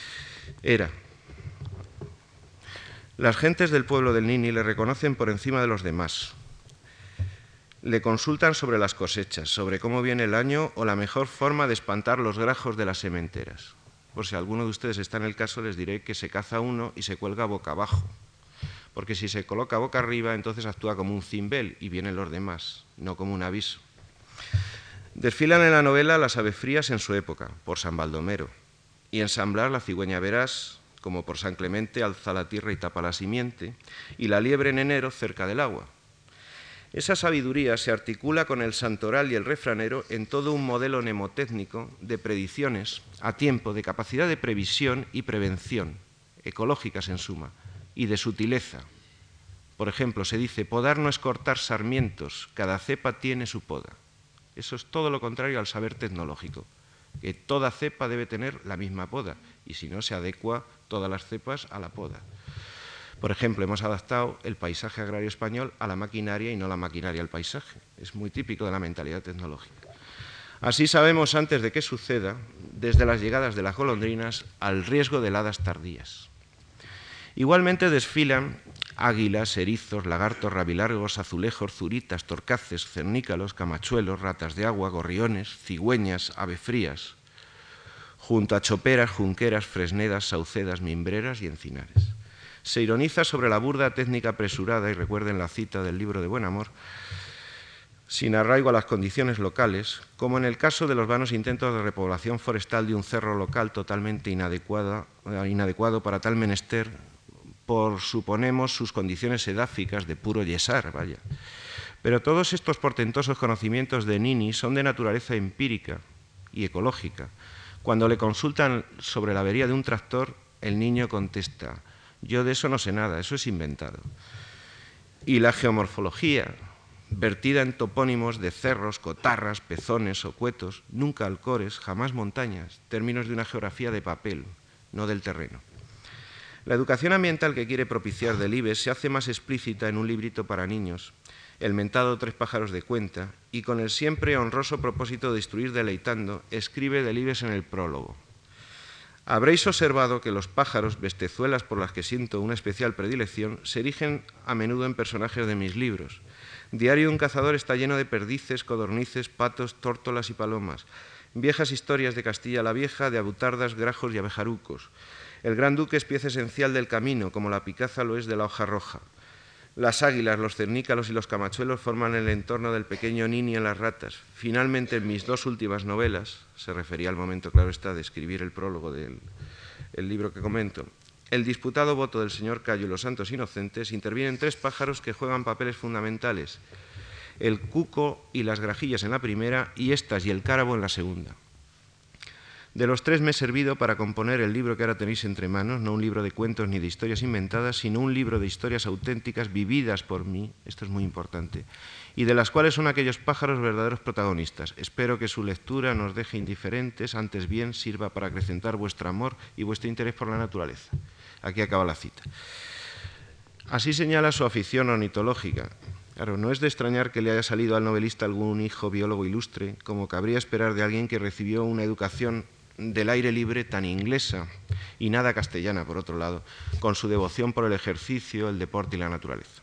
Las gentes del pueblo del Nini le reconocen por encima de los demás. Le consultan sobre las cosechas, sobre cómo viene el año o la mejor forma de espantar los grajos de las sementeras. Por si alguno de ustedes está en el caso, les diré que se caza uno y se cuelga boca abajo, porque si se coloca boca arriba, entonces actúa como un cimbel y vienen los demás, no como un aviso. Desfilan en la novela las aves frías en su época, por San Baldomero, y en San Blas la cigüeña veraz, como por San Clemente alza la tierra y tapa la simiente, y la liebre en enero cerca del agua. Esa sabiduría se articula con el santoral y el refranero en todo un modelo mnemotécnico de predicciones a tiempo, de capacidad de previsión y prevención, ecológicas en suma, y de sutileza, Por ejemplo, se dice, podar no es cortar sarmientos, cada cepa tiene su poda. Eso es todo lo contrario al saber tecnológico, que toda cepa debe tener la misma poda, y si no, se adecua todas las cepas a la poda. Por ejemplo, hemos adaptado el paisaje agrario español a la maquinaria y no la maquinaria al paisaje. Es muy típico de la mentalidad tecnológica. Así sabemos, antes de que suceda, desde las llegadas de las golondrinas al riesgo de heladas tardías. Igualmente desfilan águilas, erizos, lagartos, rabilargos, azulejos, zuritas, torcaces, cernícalos, camachuelos, ratas de agua, gorriones, cigüeñas, avefrías, junto a choperas, junqueras, fresnedas, saucedas, mimbreras y encinares. Se ironiza sobre la burda técnica apresurada, y recuerden la cita del libro de Buen Amor, sin arraigo a las condiciones locales, como en el caso de los vanos intentos de repoblación forestal de un cerro local totalmente inadecuado para tal menester, por, suponemos, sus condiciones edáficas de puro yesar, vaya. Pero todos estos portentosos conocimientos de Nini son de naturaleza empírica y ecológica. Cuando le consultan sobre la avería de un tractor, el niño contesta, yo de eso no sé nada, eso es inventado. Y la geomorfología, vertida en topónimos de cerros, cotarras, pezones o cuetos, nunca alcores, jamás montañas, términos de una geografía de papel, no del terreno. La educación ambiental que quiere propiciar Delibes se hace más explícita en un librito para niños, el mentado Tres pájaros de cuenta, y con el siempre honroso propósito de instruir deleitando, escribe Delibes en el prólogo. Habréis observado que los pájaros, bestezuelas por las que siento una especial predilección, se erigen a menudo en personajes de mis libros. Diario de un cazador está lleno de perdices, codornices, patos, tórtolas y palomas. Viejas historias de Castilla la Vieja, de abutardas, grajos y abejarucos. El gran duque es pieza esencial del camino, como la picaza lo es de la hoja roja. Las águilas, los cernícalos y los camachuelos forman el entorno del pequeño Nini en las ratas. Finalmente, en mis dos últimas novelas, se refería al momento, claro está, de escribir el prólogo del libro que comento, el disputado voto del señor Cayo y los santos inocentes, intervienen tres pájaros que juegan papeles fundamentales, el cuco y las grajillas en la primera y estas y el cárabo en la segunda. De los tres me he servido para componer el libro que ahora tenéis entre manos, no un libro de cuentos ni de historias inventadas, sino un libro de historias auténticas vividas por mí, esto es muy importante, y de las cuales son aquellos pájaros verdaderos protagonistas. Espero que su lectura nos deje indiferentes, antes bien sirva para acrecentar vuestro amor y vuestro interés por la naturaleza. Aquí acaba la cita. Así señala su afición ornitológica. Claro, no es de extrañar que le haya salido al novelista algún hijo biólogo ilustre, como cabría esperar de alguien que recibió una educación del aire libre tan inglesa y nada castellana, por otro lado, con su devoción por el ejercicio, el deporte y la naturaleza.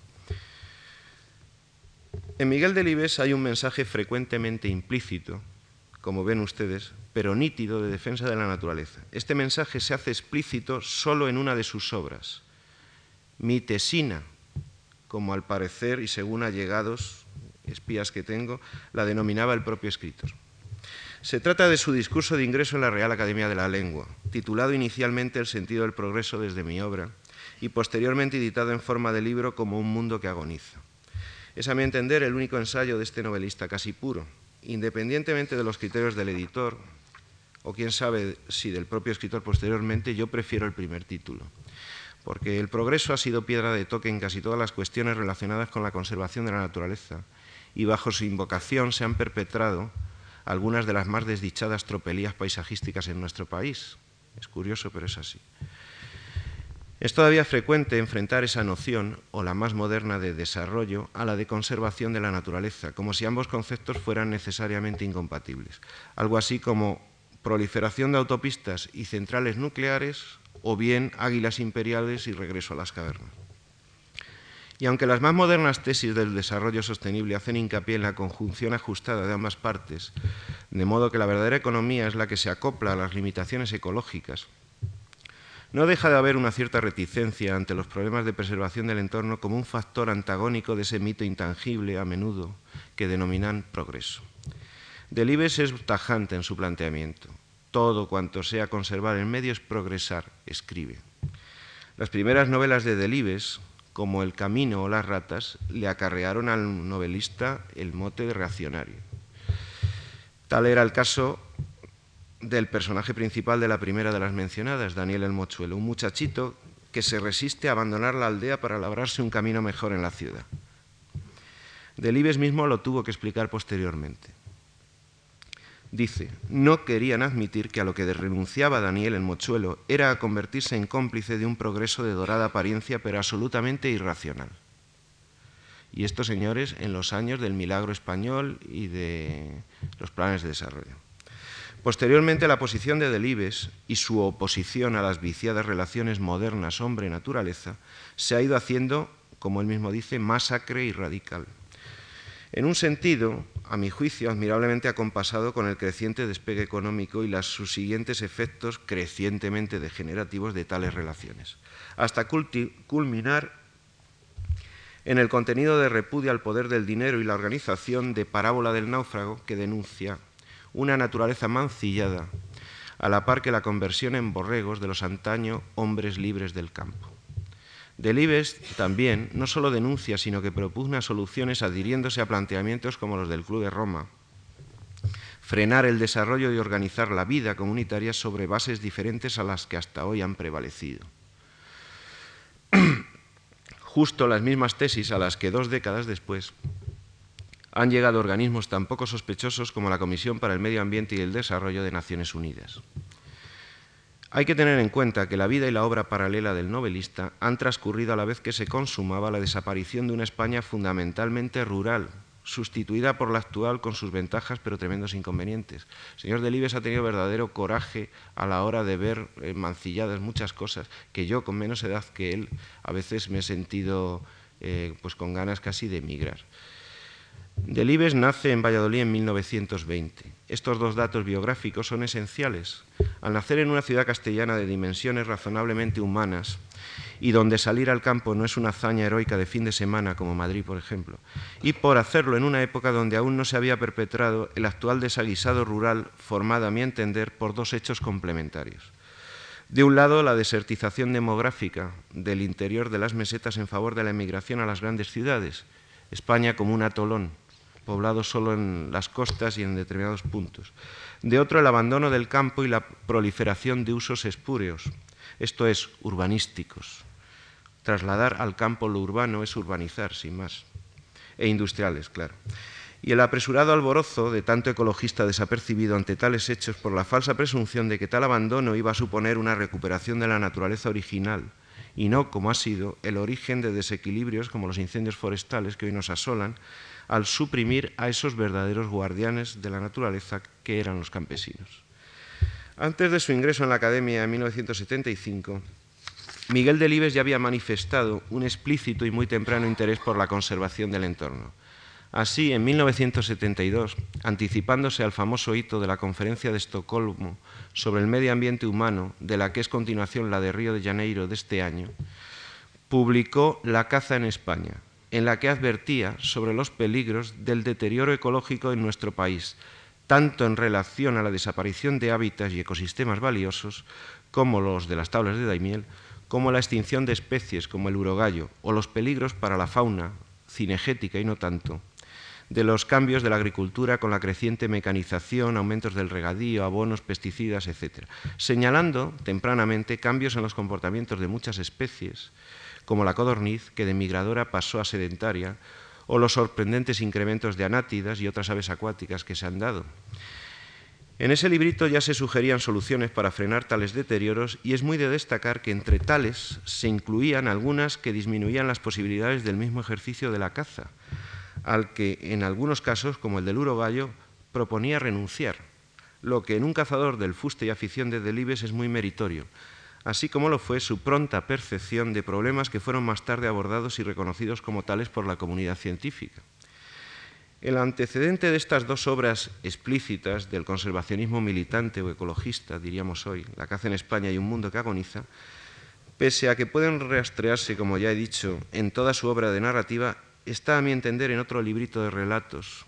En Miguel Delibes hay un mensaje frecuentemente implícito, como ven ustedes, pero nítido de defensa de la naturaleza. Este mensaje se hace explícito solo en una de sus obras, Mitesina, como al parecer y según allegados espías que tengo, la denominaba el propio escritor. Se trata de su discurso de ingreso en la Real Academia de la Lengua, titulado inicialmente El sentido del progreso desde mi obra y posteriormente editado en forma de libro como Un mundo que agoniza. Es a mi entender el único ensayo de este novelista casi puro, independientemente de los criterios del editor, o quién sabe si del propio escritor posteriormente, yo prefiero el primer título, porque el progreso ha sido piedra de toque en casi todas las cuestiones relacionadas con la conservación de la naturaleza y bajo su invocación se han perpetrado algunas de las más desdichadas tropelías paisajísticas en nuestro país. Es curioso, pero es así. Es todavía frecuente enfrentar esa noción, o la más moderna de desarrollo, a la de conservación de la naturaleza, como si ambos conceptos fueran necesariamente incompatibles. Algo así como proliferación de autopistas y centrales nucleares, o bien águilas imperiales y regreso a las cavernas. Y aunque las más modernas tesis del desarrollo sostenible hacen hincapié en la conjunción ajustada de ambas partes, de modo que la verdadera economía es la que se acopla a las limitaciones ecológicas, no deja de haber una cierta reticencia ante los problemas de preservación del entorno como un factor antagónico de ese mito intangible, a menudo, que denominan progreso. Delibes es tajante en su planteamiento. Todo cuanto sea conservar el medio es progresar, escribe. Las primeras novelas de Delibes, como El camino o Las ratas, le acarrearon al novelista el mote de reaccionario. Tal era el caso del personaje principal de la primera de las mencionadas, Daniel el Mochuelo, un muchachito que se resiste a abandonar la aldea para labrarse un camino mejor en la ciudad. Delibes mismo lo tuvo que explicar posteriormente. Dice, no querían admitir que a lo que renunciaba Daniel en Mochuelo era a convertirse en cómplice de un progreso de dorada apariencia, pero absolutamente irracional. Y esto, señores, en los años del milagro español y de los planes de desarrollo. Posteriormente, la posición de Delibes y su oposición a las viciadas relaciones modernas hombre-naturaleza se ha ido haciendo, como él mismo dice, más acre y radical. En un sentido, a mi juicio, admirablemente acompasado con el creciente despegue económico y los subsiguientes efectos crecientemente degenerativos de tales relaciones, hasta culminar en el contenido de repudio al poder del dinero y la organización de Parábola del náufrago, que denuncia una naturaleza mancillada, a la par que la conversión en borregos de los antaño hombres libres del campo. Delibes también no solo denuncia, sino que propugna soluciones adhiriéndose a planteamientos como los del Club de Roma, frenar el desarrollo y organizar la vida comunitaria sobre bases diferentes a las que hasta hoy han prevalecido. Justo las mismas tesis a las que 2 décadas después han llegado organismos tan poco sospechosos como la Comisión para el Medio Ambiente y el Desarrollo de Naciones Unidas. Hay que tener en cuenta que la vida y la obra paralela del novelista han transcurrido a la vez que se consumaba la desaparición de una España fundamentalmente rural, sustituida por la actual con sus ventajas pero tremendos inconvenientes. El señor Delibes ha tenido verdadero coraje a la hora de ver mancilladas muchas cosas que yo, con menos edad que él, a veces me he sentido pues con ganas casi de emigrar. Delibes nace en Valladolid en 1920. Estos 2 datos biográficos son esenciales. Al nacer en una ciudad castellana de dimensiones razonablemente humanas y donde salir al campo no es una hazaña heroica de fin de semana como Madrid, por ejemplo, y por hacerlo en una época donde aún no se había perpetrado el actual desaguisado rural formado, a mi entender, por 2 hechos complementarios. De un lado, la desertización demográfica del interior de las mesetas en favor de la emigración a las grandes ciudades, España como un atolón, poblado solo en las costas y en determinados puntos. De otro, el abandono del campo y la proliferación de usos espúreos, esto es, urbanísticos. Trasladar al campo lo urbano es urbanizar, sin más, e industriales, claro. Y el apresurado alborozo de tanto ecologista desapercibido ante tales hechos por la falsa presunción de que tal abandono iba a suponer una recuperación de la naturaleza original, y no, como ha sido, el origen de desequilibrios como los incendios forestales que hoy nos asolan, al suprimir a esos verdaderos guardianes de la naturaleza que eran los campesinos. Antes de su ingreso en la Academia en 1975, Miguel Delibes ya había manifestado un explícito y muy temprano interés por la conservación del entorno. Así, en 1972, anticipándose al famoso hito de la Conferencia de Estocolmo sobre el medio ambiente humano, de la que es continuación la de Río de Janeiro de este año, publicó La caza en España, en la que advertía sobre los peligros del deterioro ecológico en nuestro país, tanto en relación a la desaparición de hábitats y ecosistemas valiosos, como los de las tablas de Daimiel, como la extinción de especies como el urogallo, o los peligros para la fauna, cinegética y no tanto, de los cambios de la agricultura con la creciente mecanización, aumentos del regadío, abonos, pesticidas, etc., señalando tempranamente cambios en los comportamientos de muchas especies, como la codorniz, que de migradora pasó a sedentaria, o los sorprendentes incrementos de anátidas y otras aves acuáticas que se han dado. En ese librito ya se sugerían soluciones para frenar tales deterioros y es muy de destacar que entre tales se incluían algunas que disminuían las posibilidades del mismo ejercicio de la caza, al que en algunos casos, como el del urogallo, proponía renunciar, lo que en un cazador del fuste y afición de Delibes es muy meritorio, así como lo fue su pronta percepción de problemas que fueron más tarde abordados y reconocidos como tales por la comunidad científica. El antecedente de estas 2 obras explícitas del conservacionismo militante o ecologista, diríamos hoy, La caza en España y Un mundo que agoniza, pese a que pueden rastrearse, como ya he dicho, en toda su obra de narrativa, está, a mi entender, en otro librito de relatos,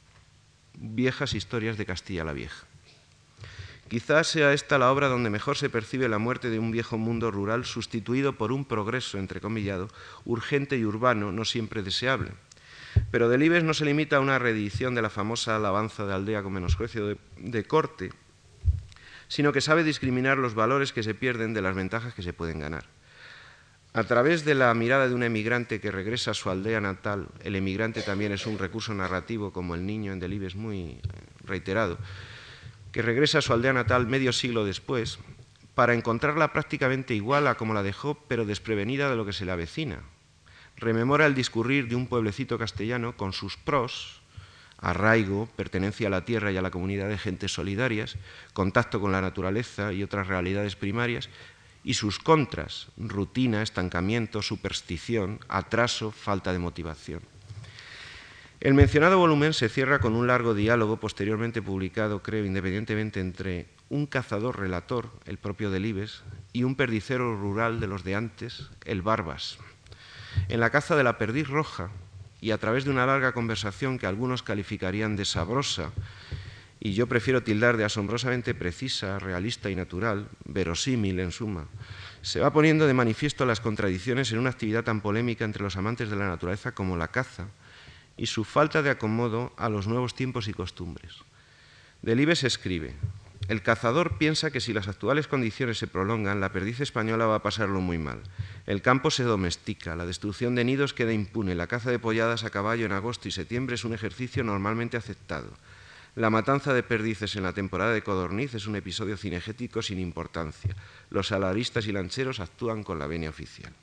Viejas historias de Castilla la Vieja. Quizás sea esta la obra donde mejor se percibe la muerte de un viejo mundo rural sustituido por un progreso, entrecomillado, urgente y urbano, no siempre deseable. Pero Delibes no se limita a una reedición de la famosa alabanza de Aldea con menosprecio de corte, sino que sabe discriminar los valores que se pierden de las ventajas que se pueden ganar. A través de la mirada de un emigrante que regresa a su aldea natal, el emigrante también es un recurso narrativo, como el niño en Delibes, muy reiterado, que regresa a su aldea natal medio siglo después, para encontrarla prácticamente igual a como la dejó, pero desprevenida de lo que se le avecina. Rememora el discurrir de un pueblecito castellano con sus pros: arraigo, pertenencia a la tierra y a la comunidad de gentes solidarias, contacto con la naturaleza y otras realidades primarias, y sus contras: rutina, estancamiento, superstición, atraso, falta de motivación. El mencionado volumen se cierra con un largo diálogo posteriormente publicado, creo, independientemente, entre un cazador-relator, el propio Delibes, y un perdicero rural de los de antes, el Barbas. En la caza de la perdiz roja, y a través de una larga conversación que algunos calificarían de sabrosa, y yo prefiero tildar de asombrosamente precisa, realista y natural, verosímil en suma, se va poniendo de manifiesto las contradicciones en una actividad tan polémica entre los amantes de la naturaleza como la caza, y su falta de acomodo a los nuevos tiempos y costumbres. Delibes escribe: el cazador piensa que si las actuales condiciones se prolongan, la perdiz española va a pasarlo muy mal. El campo se domestica, la destrucción de nidos queda impune, la caza de polladas a caballo en agosto y septiembre es un ejercicio normalmente aceptado. La matanza de perdices en la temporada de codorniz es un episodio cinegético sin importancia. Los salaristas y lancheros actúan con la venia oficial.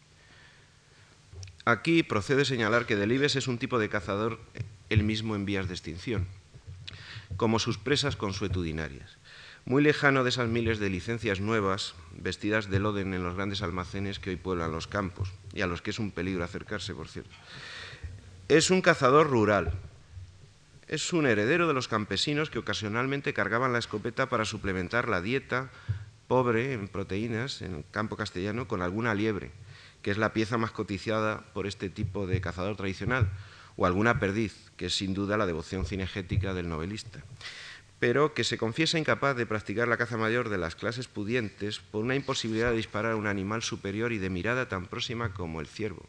Aquí procede señalar que Delibes es un tipo de cazador él mismo en vías de extinción, como sus presas consuetudinarias. Muy lejano de esas miles de licencias nuevas, vestidas de loden en los grandes almacenes que hoy pueblan los campos, y a los que es un peligro acercarse, por cierto. Es un cazador rural. Es un heredero de los campesinos que ocasionalmente cargaban la escopeta para suplementar la dieta pobre en proteínas en el campo castellano con alguna liebre, que es la pieza más cotizada por este tipo de cazador tradicional, o alguna perdiz, que es sin duda la devoción cinegética del novelista, pero que se confiesa incapaz de practicar la caza mayor de las clases pudientes por una imposibilidad de disparar a un animal superior y de mirada tan próxima como el ciervo.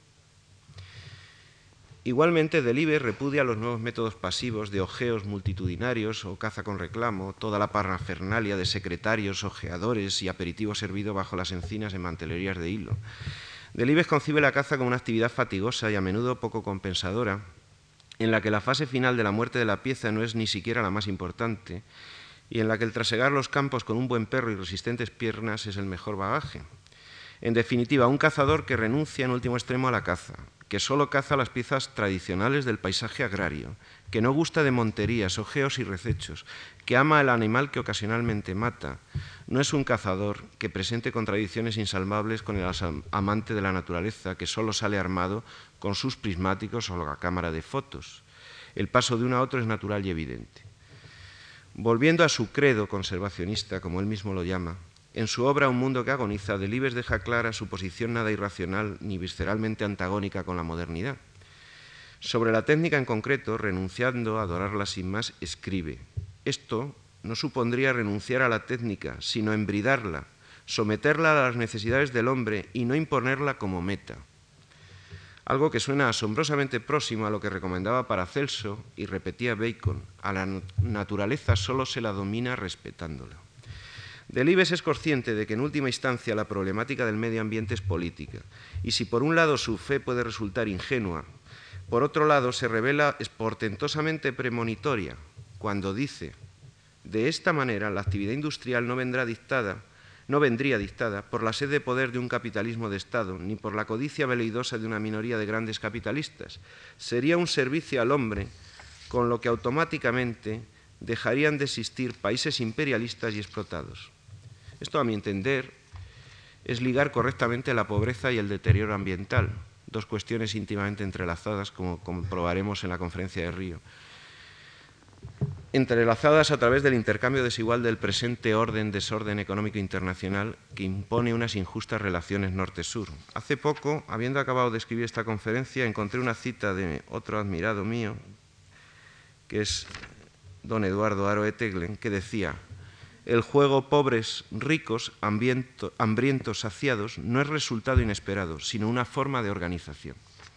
Igualmente, Delibes repudia los nuevos métodos pasivos de ojeos multitudinarios o caza con reclamo, toda la parafernalia de secretarios, ojeadores y aperitivo servido bajo las encinas en mantelerías de hilo. Delibes concibe la caza como una actividad fatigosa y a menudo poco compensadora, en la que la fase final de la muerte de la pieza no es ni siquiera la más importante, y en la que el trasegar los campos con un buen perro y resistentes piernas es el mejor bagaje. En definitiva, un cazador que renuncia en último extremo a la caza, que solo caza las piezas tradicionales del paisaje agrario, que no gusta de monterías, ojeos y recechos, que ama el animal que ocasionalmente mata. No es un cazador que presente contradicciones insalvables con el amante de la naturaleza, que solo sale armado con sus prismáticos o la cámara de fotos. El paso de uno a otro es natural y evidente. Volviendo a su credo conservacionista, como él mismo lo llama, en su obra Un mundo que agoniza, Delibes deja clara su posición nada irracional ni visceralmente antagónica con la modernidad. Sobre la técnica en concreto, renunciando a adorarla sin más, escribe: esto no supondría renunciar a la técnica, sino embridarla, someterla a las necesidades del hombre y no imponerla como meta. Algo que suena asombrosamente próximo a lo que recomendaba Paracelso y repetía Bacon: a la naturaleza solo se la domina respetándola. Delibes es consciente de que en última instancia la problemática del medio ambiente es política, y si por un lado su fe puede resultar ingenua, por otro lado se revela portentosamente premonitoria cuando dice: de esta manera la actividad industrial no vendría dictada por la sed de poder de un capitalismo de Estado, ni por la codicia veleidosa de una minoría de grandes capitalistas. Sería un servicio al hombre, con lo que automáticamente dejarían de existir países imperialistas y explotados. Esto, a mi entender, es ligar correctamente la pobreza y el deterioro ambiental, dos cuestiones íntimamente entrelazadas, como comprobaremos en la conferencia de Río, entrelazadas a través del intercambio desigual del presente orden-desorden económico internacional que impone unas injustas relaciones norte-sur. Hace poco, habiendo acabado de escribir esta conferencia, encontré una cita de otro admirado mío, que es don Eduardo Haro Eteglen, que decía: el juego pobres, ricos, hambrientos, saciados, no es resultado inesperado, sino una forma de organización.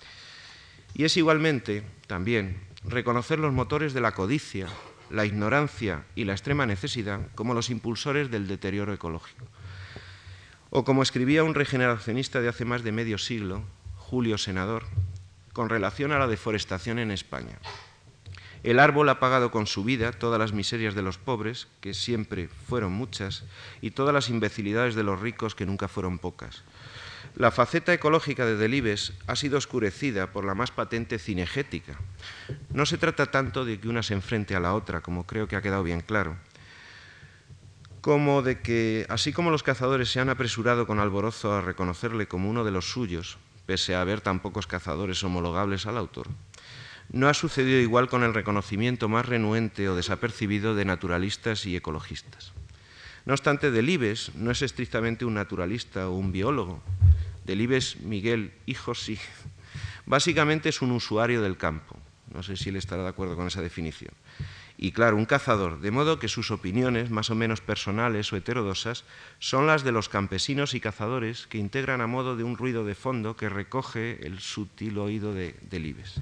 Y es igualmente, también, reconocer los motores de la codicia, la ignorancia y la extrema necesidad como los impulsores del deterioro ecológico. O como escribía un regeneracionista de hace más de medio siglo, Julio Senador, con relación a la deforestación en España. El árbol ha pagado con su vida todas las miserias de los pobres, que siempre fueron muchas, y todas las imbecilidades de los ricos, que nunca fueron pocas. La faceta ecológica de Delibes ha sido oscurecida por la más patente cinegética. No se trata tanto de que una se enfrente a la otra, como creo que ha quedado bien claro, como de que, así como los cazadores se han apresurado con alborozo a reconocerle como uno de los suyos, pese a haber tan pocos cazadores homologables al autor, no ha sucedido igual con el reconocimiento más renuente o desapercibido de naturalistas y ecologistas. No obstante, Delibes no es estrictamente un naturalista o un biólogo. Delibes Miguel, hijo, sí. Básicamente es un usuario del campo. No sé si él estará de acuerdo con esa definición. Y claro, un cazador, de modo que sus opiniones, más o menos personales o heterodosas, son las de los campesinos y cazadores que integran a modo de un ruido de fondo que recoge el sutil oído de Delibes.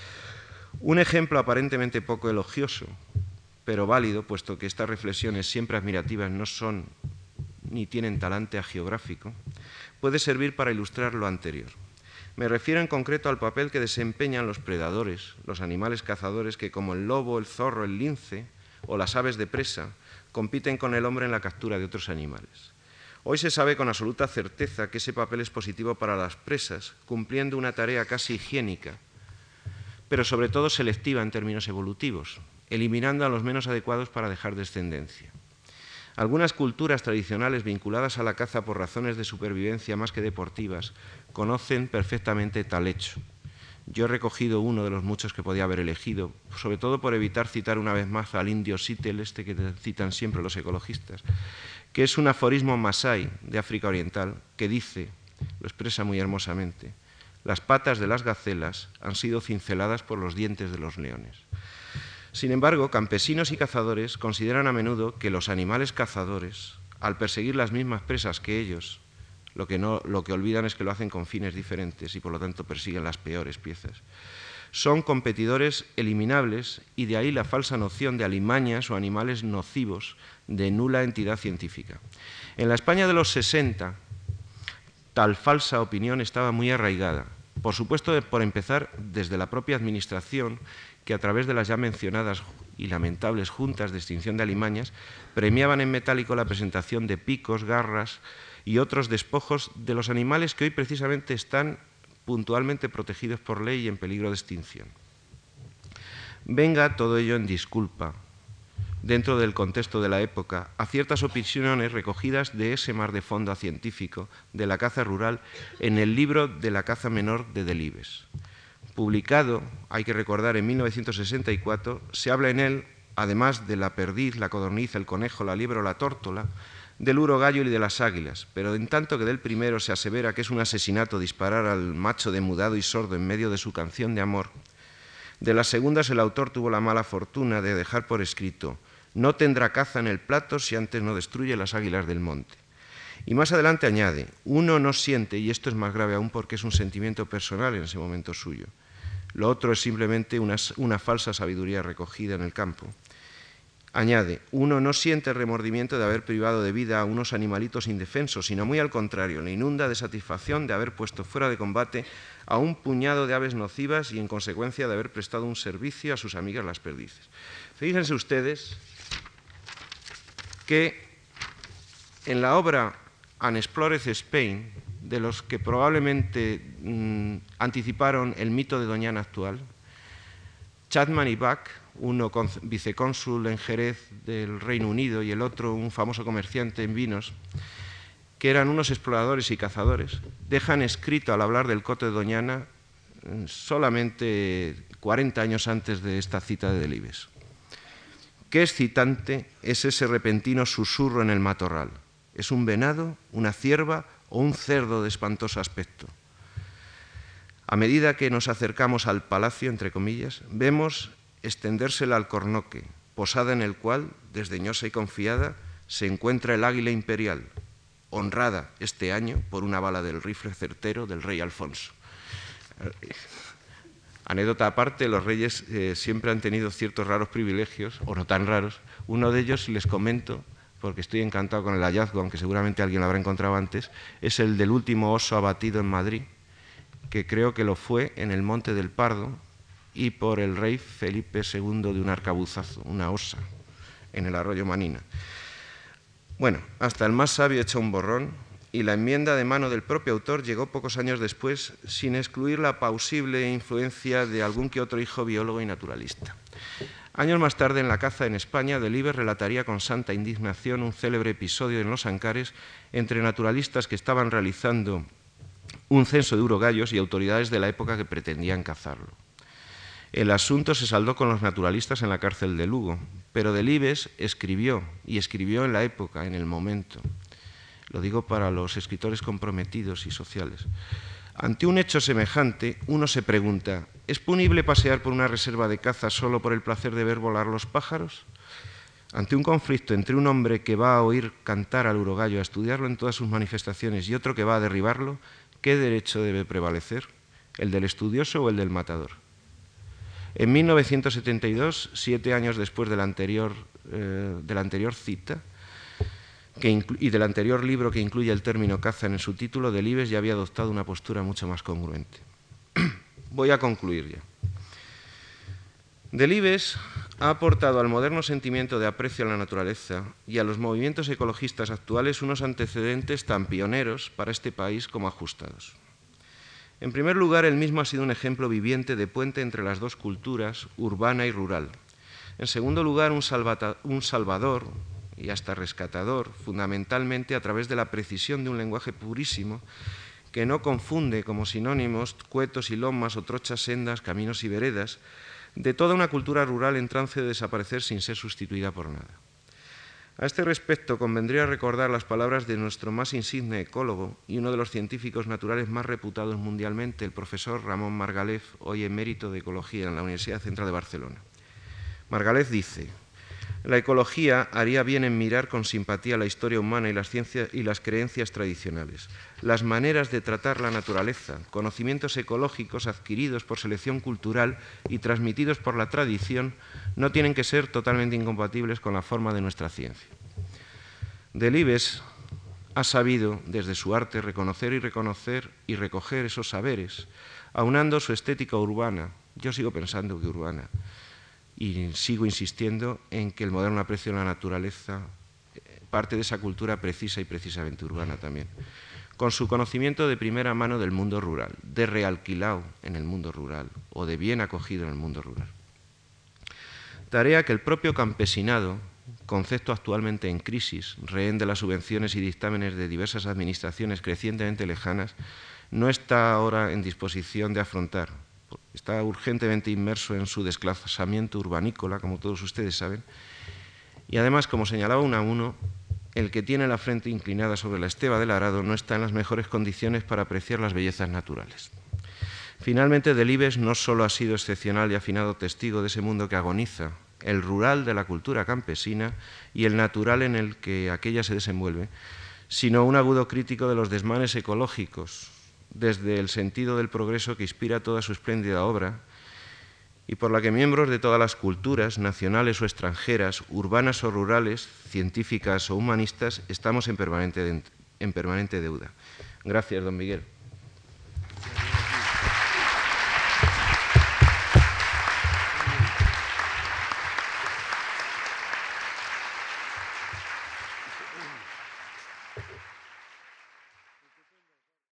Un ejemplo aparentemente poco elogioso, pero válido, puesto que estas reflexiones siempre admirativas no son ni tienen talante hagiográfico, puede servir para ilustrar lo anterior. Me refiero en concreto al papel que desempeñan los predadores, los animales cazadores que, como el lobo, el zorro, el lince o las aves de presa, compiten con el hombre en la captura de otros animales. Hoy se sabe con absoluta certeza que ese papel es positivo para las presas, cumpliendo una tarea casi higiénica, pero sobre todo selectiva en términos evolutivos, eliminando a los menos adecuados para dejar descendencia. Algunas culturas tradicionales vinculadas a la caza por razones de supervivencia más que deportivas conocen perfectamente tal hecho. Yo he recogido uno de los muchos que podía haber elegido, sobre todo por evitar citar una vez más al indio Sitel, este que citan siempre los ecologistas, que es un aforismo masái de África Oriental que dice, lo expresa muy hermosamente: las patas de las gacelas han sido cinceladas por los dientes de los leones. Sin embargo, campesinos y cazadores consideran a menudo que los animales cazadores, al perseguir las mismas presas que ellos, lo que olvidan es que lo hacen con fines diferentes y por lo tanto persiguen las peores piezas. Son competidores eliminables y de ahí la falsa noción de alimañas o animales nocivos de nula entidad científica. En la España de los 60, tal falsa opinión estaba muy arraigada. Por supuesto, por empezar, desde la propia administración, que a través de las ya mencionadas y lamentables juntas de extinción de alimañas premiaban en metálico la presentación de picos, garras y otros despojos de los animales que hoy precisamente están puntualmente protegidos por ley y en peligro de extinción. Venga todo ello en disculpa, dentro del contexto de la época, a ciertas opiniones recogidas de ese mar de fondo científico de la caza rural en el libro de la caza menor de Delibes. Publicado, hay que recordar, en 1964, se habla en él, además de la perdiz, la codorniz, el conejo, la liebre o la tórtola, del urogallo y de las águilas, pero en tanto que del primero se asevera que es un asesinato disparar al macho demudado y sordo en medio de su canción de amor, de las segundas el autor tuvo la mala fortuna de dejar por escrito: no tendrá caza en el plato si antes no destruye las águilas del monte. Y más adelante añade: uno no siente, y esto es más grave aún porque es un sentimiento personal en ese momento suyo. Lo otro es simplemente una falsa sabiduría recogida en el campo. Añade: uno no siente el remordimiento de haber privado de vida a unos animalitos indefensos, sino muy al contrario, le inunda de satisfacción de haber puesto fuera de combate a un puñado de aves nocivas y en consecuencia de haber prestado un servicio a sus amigas las perdices. Fíjense ustedes que en la obra An Explored Spain, de los que probablemente anticiparon el mito de Doñana actual, Chapman y Buck, uno vicecónsul en Jerez del Reino Unido y el otro un famoso comerciante en vinos, que eran unos exploradores y cazadores, dejan escrito al hablar del coto de Doñana solamente 40 años antes de esta cita de Delibes. Qué excitante es ese repentino susurro en el matorral. ¿Es un venado, una cierva o un cerdo de espantoso aspecto? A medida que nos acercamos al palacio, entre comillas, vemos extenderse el alcornoque, posada en el cual, desdeñosa y confiada, se encuentra el águila imperial, honrada este año por una bala del rifle certero del rey Alfonso. Anécdota aparte, los reyes siempre han tenido ciertos raros privilegios, o no tan raros. Uno de ellos, si les comento, porque estoy encantado con el hallazgo, aunque seguramente alguien lo habrá encontrado antes, es el del último oso abatido en Madrid, que creo que lo fue en el Monte del Pardo y por el rey Felipe II de un arcabuzazo, una osa, en el arroyo Manina. Bueno, hasta el más sabio echa un borrón, y la enmienda de mano del propio autor llegó pocos años después, sin excluir la plausible influencia de algún que otro hijo biólogo y naturalista. Años más tarde, en La caza en España, Delibes relataría con santa indignación un célebre episodio en Los Ancares entre naturalistas que estaban realizando un censo de urogallos y autoridades de la época que pretendían cazarlo. El asunto se saldó con los naturalistas en la cárcel de Lugo, pero Delibes escribió, y escribió en la época, en el momento. Lo digo para los escritores comprometidos y sociales. Ante un hecho semejante, uno se pregunta, ¿es punible pasear por una reserva de caza solo por el placer de ver volar los pájaros? Ante un conflicto entre un hombre que va a oír cantar al urogallo, a estudiarlo en todas sus manifestaciones, y otro que va a derribarlo, ¿qué derecho debe prevalecer? ¿El del estudioso o el del matador? En 1972, 7 años después de la anterior cita, y del anterior libro que incluye el término caza en el subtítulo, Delibes ya había adoptado una postura mucho más congruente. Voy a concluir ya. Delibes ha aportado al moderno sentimiento de aprecio a la naturaleza y a los movimientos ecologistas actuales unos antecedentes tan pioneros para este país como ajustados. En primer lugar, él mismo ha sido un ejemplo viviente de puente entre las dos culturas, urbana y rural. En segundo lugar, un salvador y hasta rescatador, fundamentalmente a través de la precisión de un lenguaje purísimo que no confunde como sinónimos cuetos y lomas o trochas sendas, caminos y veredas, de toda una cultura rural en trance de desaparecer sin ser sustituida por nada. A este respecto, convendría recordar las palabras de nuestro más insigne ecólogo y uno de los científicos naturales más reputados mundialmente, el profesor Ramón Margalef, hoy emérito de Ecología en la Universidad Central de Barcelona. Margalef dice: la ecología haría bien en mirar con simpatía la historia humana y las ciencias y las creencias tradicionales, las maneras de tratar la naturaleza, conocimientos ecológicos adquiridos por selección cultural y transmitidos por la tradición, no tienen que ser totalmente incompatibles con la forma de nuestra ciencia. Delibes ha sabido, desde su arte, reconocer y recoger esos saberes, aunando su estética urbana, yo sigo pensando que urbana, y sigo insistiendo en que el moderno aprecio de la naturaleza parte de esa cultura precisa y precisamente urbana también, con su conocimiento de primera mano del mundo rural, de realquilao en el mundo rural o de bien acogido en el mundo rural. Tarea que el propio campesinado, concepto actualmente en crisis, rehén de las subvenciones y dictámenes de diversas administraciones crecientemente lejanas, no está ahora en disposición de afrontar. Está urgentemente inmerso en su desclasamiento urbanícola, como todos ustedes saben, y además, como señalaba Unamuno, el que tiene la frente inclinada sobre la esteva del arado no está en las mejores condiciones para apreciar las bellezas naturales. Finalmente, Delibes no solo ha sido excepcional y afinado testigo de ese mundo que agoniza, el rural de la cultura campesina y el natural en el que aquella se desenvuelve, sino un agudo crítico de los desmanes ecológicos, desde el sentido del progreso que inspira toda su espléndida obra y por la que miembros de todas las culturas, nacionales o extranjeras, urbanas o rurales, científicas o humanistas, estamos en permanente deuda. Gracias, don Miguel.